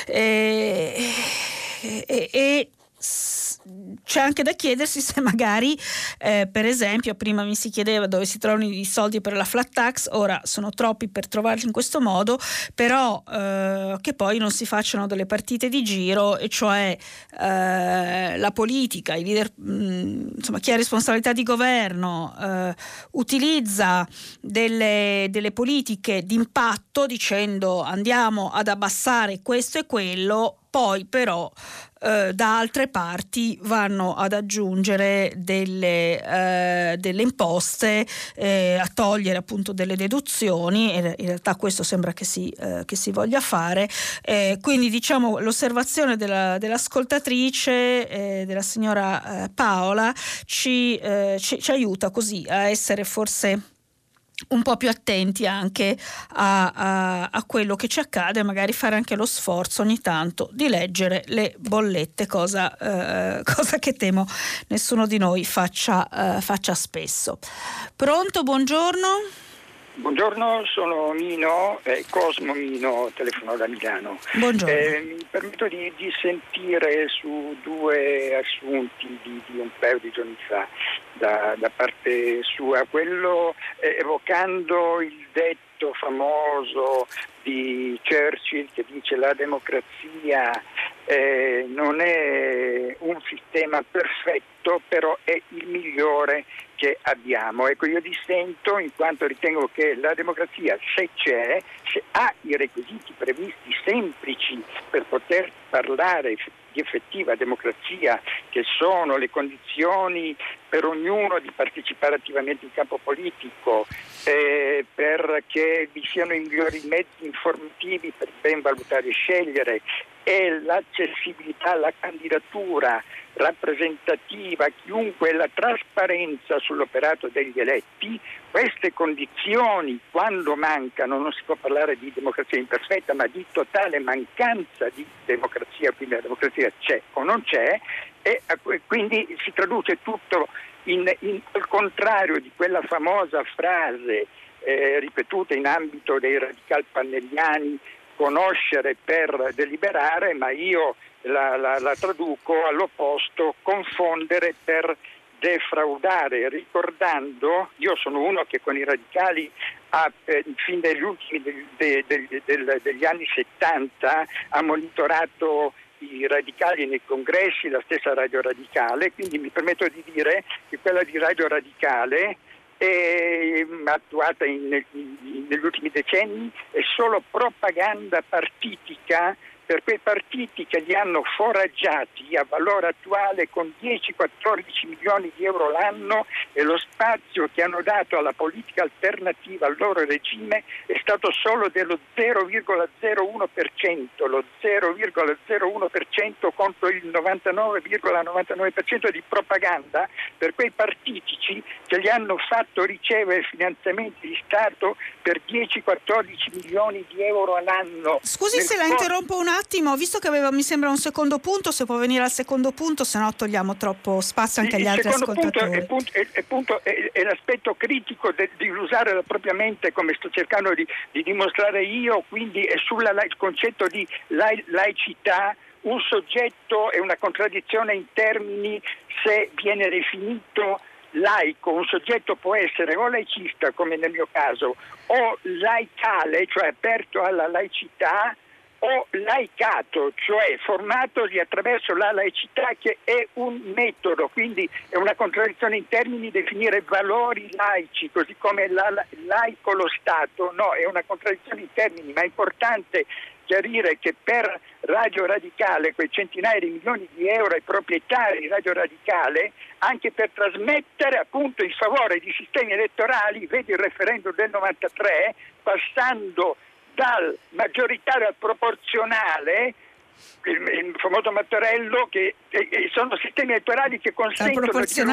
e c'è anche da chiedersi se magari per esempio prima mi si chiedeva dove si trovano i soldi per la flat tax, ora sono troppi per trovarli in questo modo, però che poi non si facciano delle partite di giro, e cioè la politica, i leader, insomma chi ha responsabilità di governo utilizza delle politiche d'impatto dicendo andiamo ad abbassare questo e quello, poi però da altre parti vanno ad aggiungere delle imposte, a togliere appunto delle deduzioni, e in realtà questo sembra che si voglia fare, quindi diciamo l'osservazione dell'ascoltatrice, della signora Paola ci aiuta così a essere forse un po' più attenti anche a quello che ci accade, e magari fare anche lo sforzo ogni tanto di leggere le bollette, cosa che temo nessuno di noi faccia spesso. Pronto, buongiorno. Buongiorno, sono Mino, Cosmo Mino, telefono da Milano. Buongiorno. Mi permetto di sentire su due assunti di un paio di giorni fa da parte sua, quello evocando il detto famoso di Churchill che dice la democrazia non è un sistema perfetto, però è il migliore che abbiamo. Ecco, io dissento in quanto ritengo che la democrazia, se c'è, se ha i requisiti previsti semplici per poter parlare di effettiva democrazia, che sono le condizioni per ognuno di partecipare attivamente in campo politico, perché vi siano i migliori mezzi informativi per ben valutare e scegliere, e l'accessibilità alla candidatura rappresentativa, chiunque, la trasparenza sull'operato degli eletti. Queste condizioni, quando mancano, non si può parlare di democrazia imperfetta, ma di totale mancanza di democrazia, quindi la democrazia c'è o non c'è, e quindi si traduce tutto al contrario di quella famosa frase ripetuta in ambito dei radical pannelliani, conoscere per deliberare, ma io la traduco all'opposto, confondere per defraudare, ricordando, io sono uno che con i radicali fin dagli ultimi degli anni 70 ha monitorato i radicali nei congressi, la stessa Radio Radicale, quindi mi permetto di dire che quella di Radio Radicale attuata negli ultimi decenni è solo propaganda partitica per quei partiti che li hanno foraggiati a valore attuale con 10-14 milioni di euro l'anno, e lo spazio che hanno dato alla politica alternativa al loro regime è stato solo dello 0,01%, lo 0,01% contro il 99,99% di propaganda per quei partitici che gli hanno fatto ricevere finanziamenti di Stato per 10-14 milioni di euro all'anno. Scusi se la interrompo un attimo, visto che mi sembra un secondo punto, se può venire al secondo punto, se no togliamo troppo spazio anche agli altri ascoltatori. Il punto è l'aspetto critico di usare la propria mente, come sto cercando di dimostrare io, quindi è il concetto di laicità. Un soggetto è una contraddizione in termini se viene definito laico. Un soggetto può essere o laicista, come nel mio caso, o laicale, cioè aperto alla laicità, o laicato, cioè formatosi attraverso la laicità, che è un metodo. Quindi è una contraddizione in termini definire valori laici, così come laico lo Stato. No, è una contraddizione in termini, ma è importante chiarire che per Radio Radicale, quei centinaia di milioni di euro ai proprietari di Radio Radicale, anche per trasmettere appunto in favore di sistemi elettorali, vedi il referendum del 93, passando dal maggioritario al proporzionale, il famoso Mattarello, che sono sistemi elettorali che consentono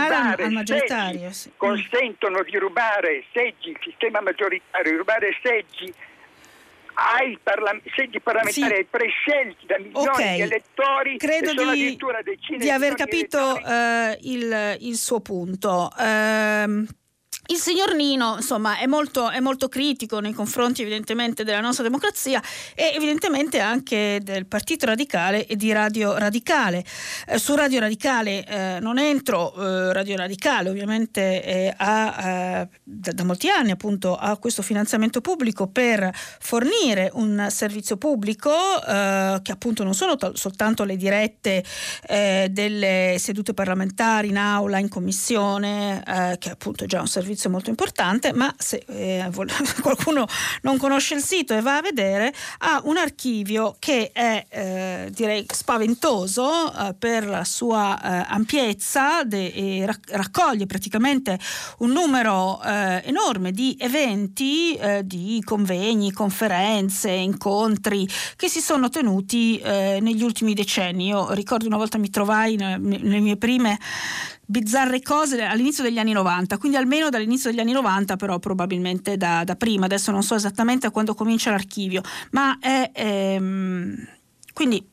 di rubare seggi, il sistema maggioritario, di rubare seggi ai seggi parlamentari, ai prescelti da milioni di elettori. Credo di aver capito il suo punto. Il signor Nino, insomma, è molto critico nei confronti evidentemente della nostra democrazia e evidentemente anche del Partito Radicale e di Radio Radicale. Su Radio Radicale non entro. Radio Radicale ovviamente ha da molti anni appunto ha questo finanziamento pubblico per fornire un servizio pubblico che appunto non sono soltanto le dirette delle sedute parlamentari in aula, in commissione, che appunto è già un servizio molto importante, ma se qualcuno non conosce il sito e va a vedere, ha un archivio che è direi spaventoso per la sua ampiezza e raccoglie praticamente un numero enorme di eventi, di convegni, conferenze, incontri che si sono tenuti negli ultimi decenni. Io ricordo una volta mi trovai nelle mie prime bizzarre cose all'inizio degli anni 90, quindi almeno dall'inizio degli anni 90, però probabilmente da prima, adesso non so esattamente quando comincia l'archivio, ma quindi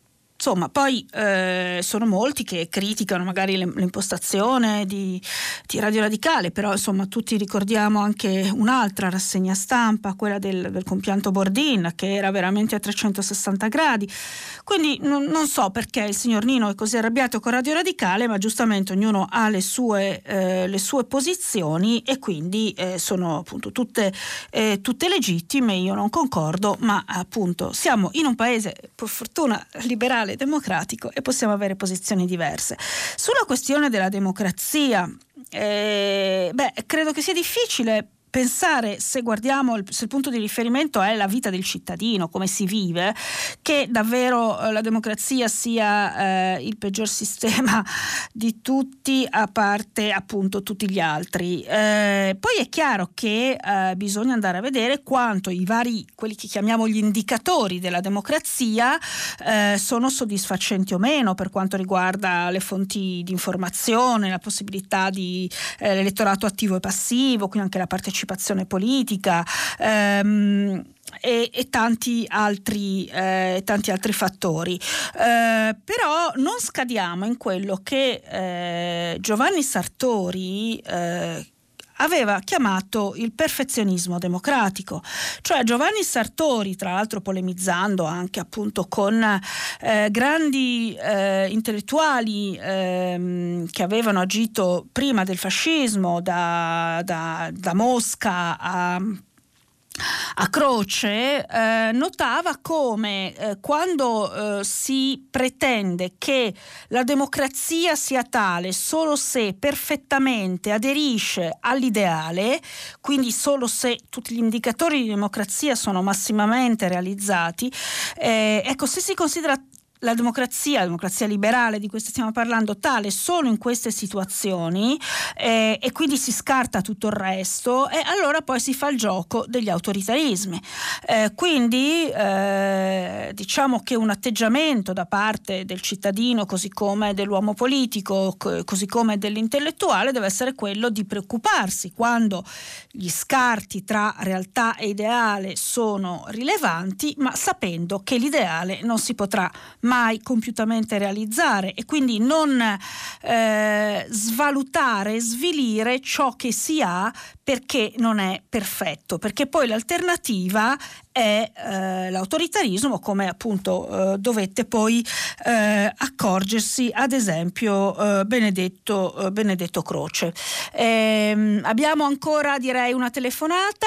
insomma, poi sono molti che criticano magari l'impostazione di Radio Radicale, però insomma tutti ricordiamo anche un'altra rassegna stampa, quella del compianto Bordin, che era veramente a 360 gradi. Quindi non so perché il signor Nino è così arrabbiato con Radio Radicale, ma giustamente ognuno ha le sue posizioni, e quindi sono appunto tutte legittime. Io non concordo, ma appunto siamo in un paese, per fortuna, liberale e democratico, e possiamo avere posizioni diverse. Sulla questione della democrazia, credo che sia difficile pensare, se il punto di riferimento è la vita del cittadino, come si vive, che davvero la democrazia sia il peggior sistema di tutti, a parte appunto tutti gli altri. Poi è chiaro che bisogna andare a vedere quanto quelli che chiamiamo gli indicatori della democrazia sono soddisfacenti o meno, per quanto riguarda le fonti di informazione, la possibilità di l'elettorato attivo e passivo, quindi anche la partecipazione politica, e tanti altri fattori. Però non scadiamo in quello che Giovanni Sartori aveva chiamato il perfezionismo democratico. Cioè Giovanni Sartori, tra l'altro polemizzando anche appunto con grandi intellettuali che avevano agito prima del fascismo, da Mosca a Croce, notava come quando si pretende che la democrazia sia tale solo se perfettamente aderisce all'ideale, quindi solo se tutti gli indicatori di democrazia sono massimamente realizzati, se si considera la democrazia liberale di cui stiamo parlando tale solo in queste situazioni, e quindi si scarta tutto il resto, e allora poi si fa il gioco degli autoritarismi. Quindi diciamo che un atteggiamento da parte del cittadino, così come dell'uomo politico, così come dell'intellettuale, deve essere quello di preoccuparsi quando gli scarti tra realtà e ideale sono rilevanti, ma sapendo che l'ideale non si potrà mai compiutamente realizzare, e quindi non svalutare, svilire ciò che si ha perché non è perfetto, perché poi l'alternativa è l'autoritarismo, come appunto dovette poi accorgersi ad esempio Benedetto Croce. Abbiamo ancora, direi, una telefonata.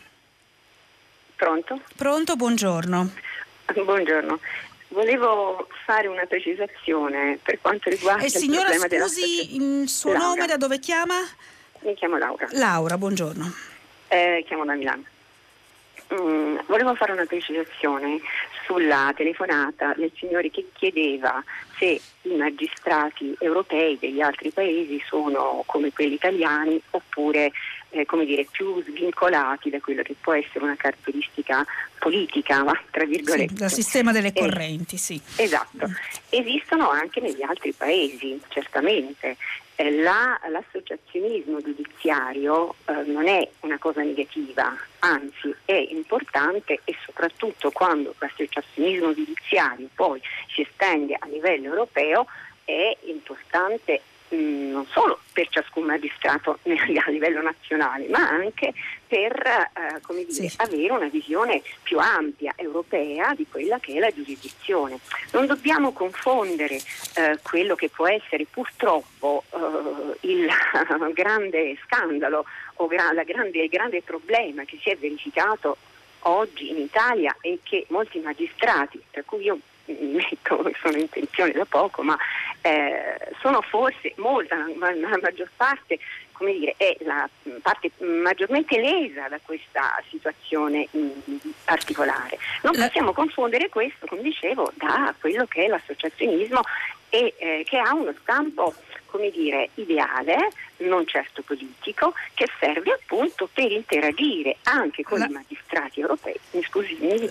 Pronto, buongiorno. Buongiorno. Volevo fare una precisazione per quanto riguarda il signora, problema della... scusi, il suo Laura. nome, da dove chiama? Mi chiamo Laura. Laura, buongiorno. Chiamo da Milano. Volevo fare una precisazione sulla telefonata del signore che chiedeva se i magistrati europei degli altri paesi sono come quelli italiani oppure più svincolati da quello che può essere una caratteristica politica, tra virgolette. Sì, dal sistema delle correnti, sì. Esatto. Esistono anche negli altri paesi, certamente. L'associazionismo giudiziario non è una cosa negativa, anzi è importante, e soprattutto quando l'associazionismo giudiziario poi si estende a livello europeo è importante non solo per ciascun magistrato a livello nazionale, ma anche per avere una visione più ampia europea di quella che è la giurisdizione. Non dobbiamo confondere quello che può essere purtroppo il grande scandalo o il grande problema che si è verificato oggi in Italia, e che molti magistrati, per cui io sono in pensione da poco, ma sono forse la maggior parte, è la parte maggiormente lesa da questa situazione particolare. Non possiamo confondere questo, come dicevo, da quello che è l'associazionismo, e che ha uno stampo, ideale, non certo politico, che serve appunto per interagire anche con i magistrati europei. Mi scusi, mi dica.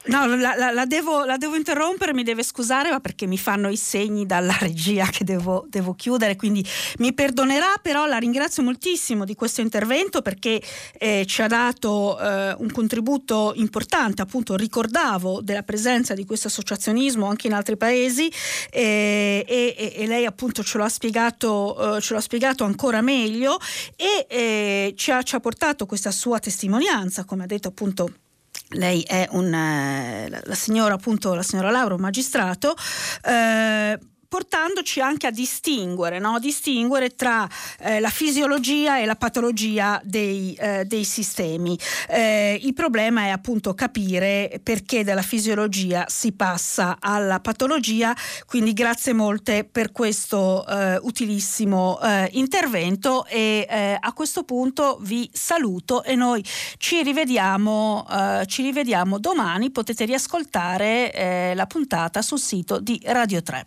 No, la devo interrompere, mi deve scusare, ma perché mi fanno i segni dalla regia che devo chiudere, quindi mi perdonerà, però la ringrazio moltissimo di questo intervento perché ci ha dato un contributo importante. Appunto, ricordavo della presenza di questo associazionismo anche in altri paesi e lei appunto ce lo ha spiegato ancora meglio e ci ha portato questa sua testimonianza, come ha detto appunto. Lei è la signora Laura, un magistrato, portandoci anche a distinguere tra la fisiologia e la patologia dei sistemi. Il problema è appunto capire perché dalla fisiologia si passa alla patologia, quindi grazie molte per questo utilissimo intervento e a questo punto vi saluto e noi ci rivediamo domani. Potete riascoltare la puntata sul sito di Radio 3.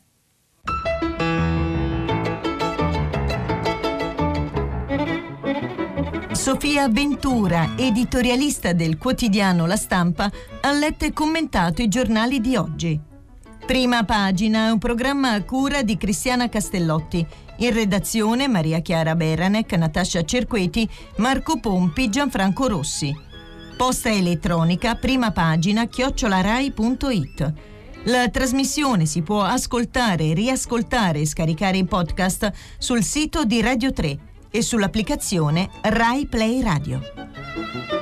Sofia Ventura, editorialista del quotidiano La Stampa, ha letto e commentato i giornali di oggi. Prima pagina è un programma a cura di Cristiana Castellotti. In redazione Maria Chiara Beranec, Natascia Cerqueti, Marco Pompi, Gianfranco Rossi. Posta elettronica primapagina@rai.it. La trasmissione si può ascoltare, riascoltare e scaricare in podcast sul sito di Radio 3 e sull'applicazione Rai Play Radio.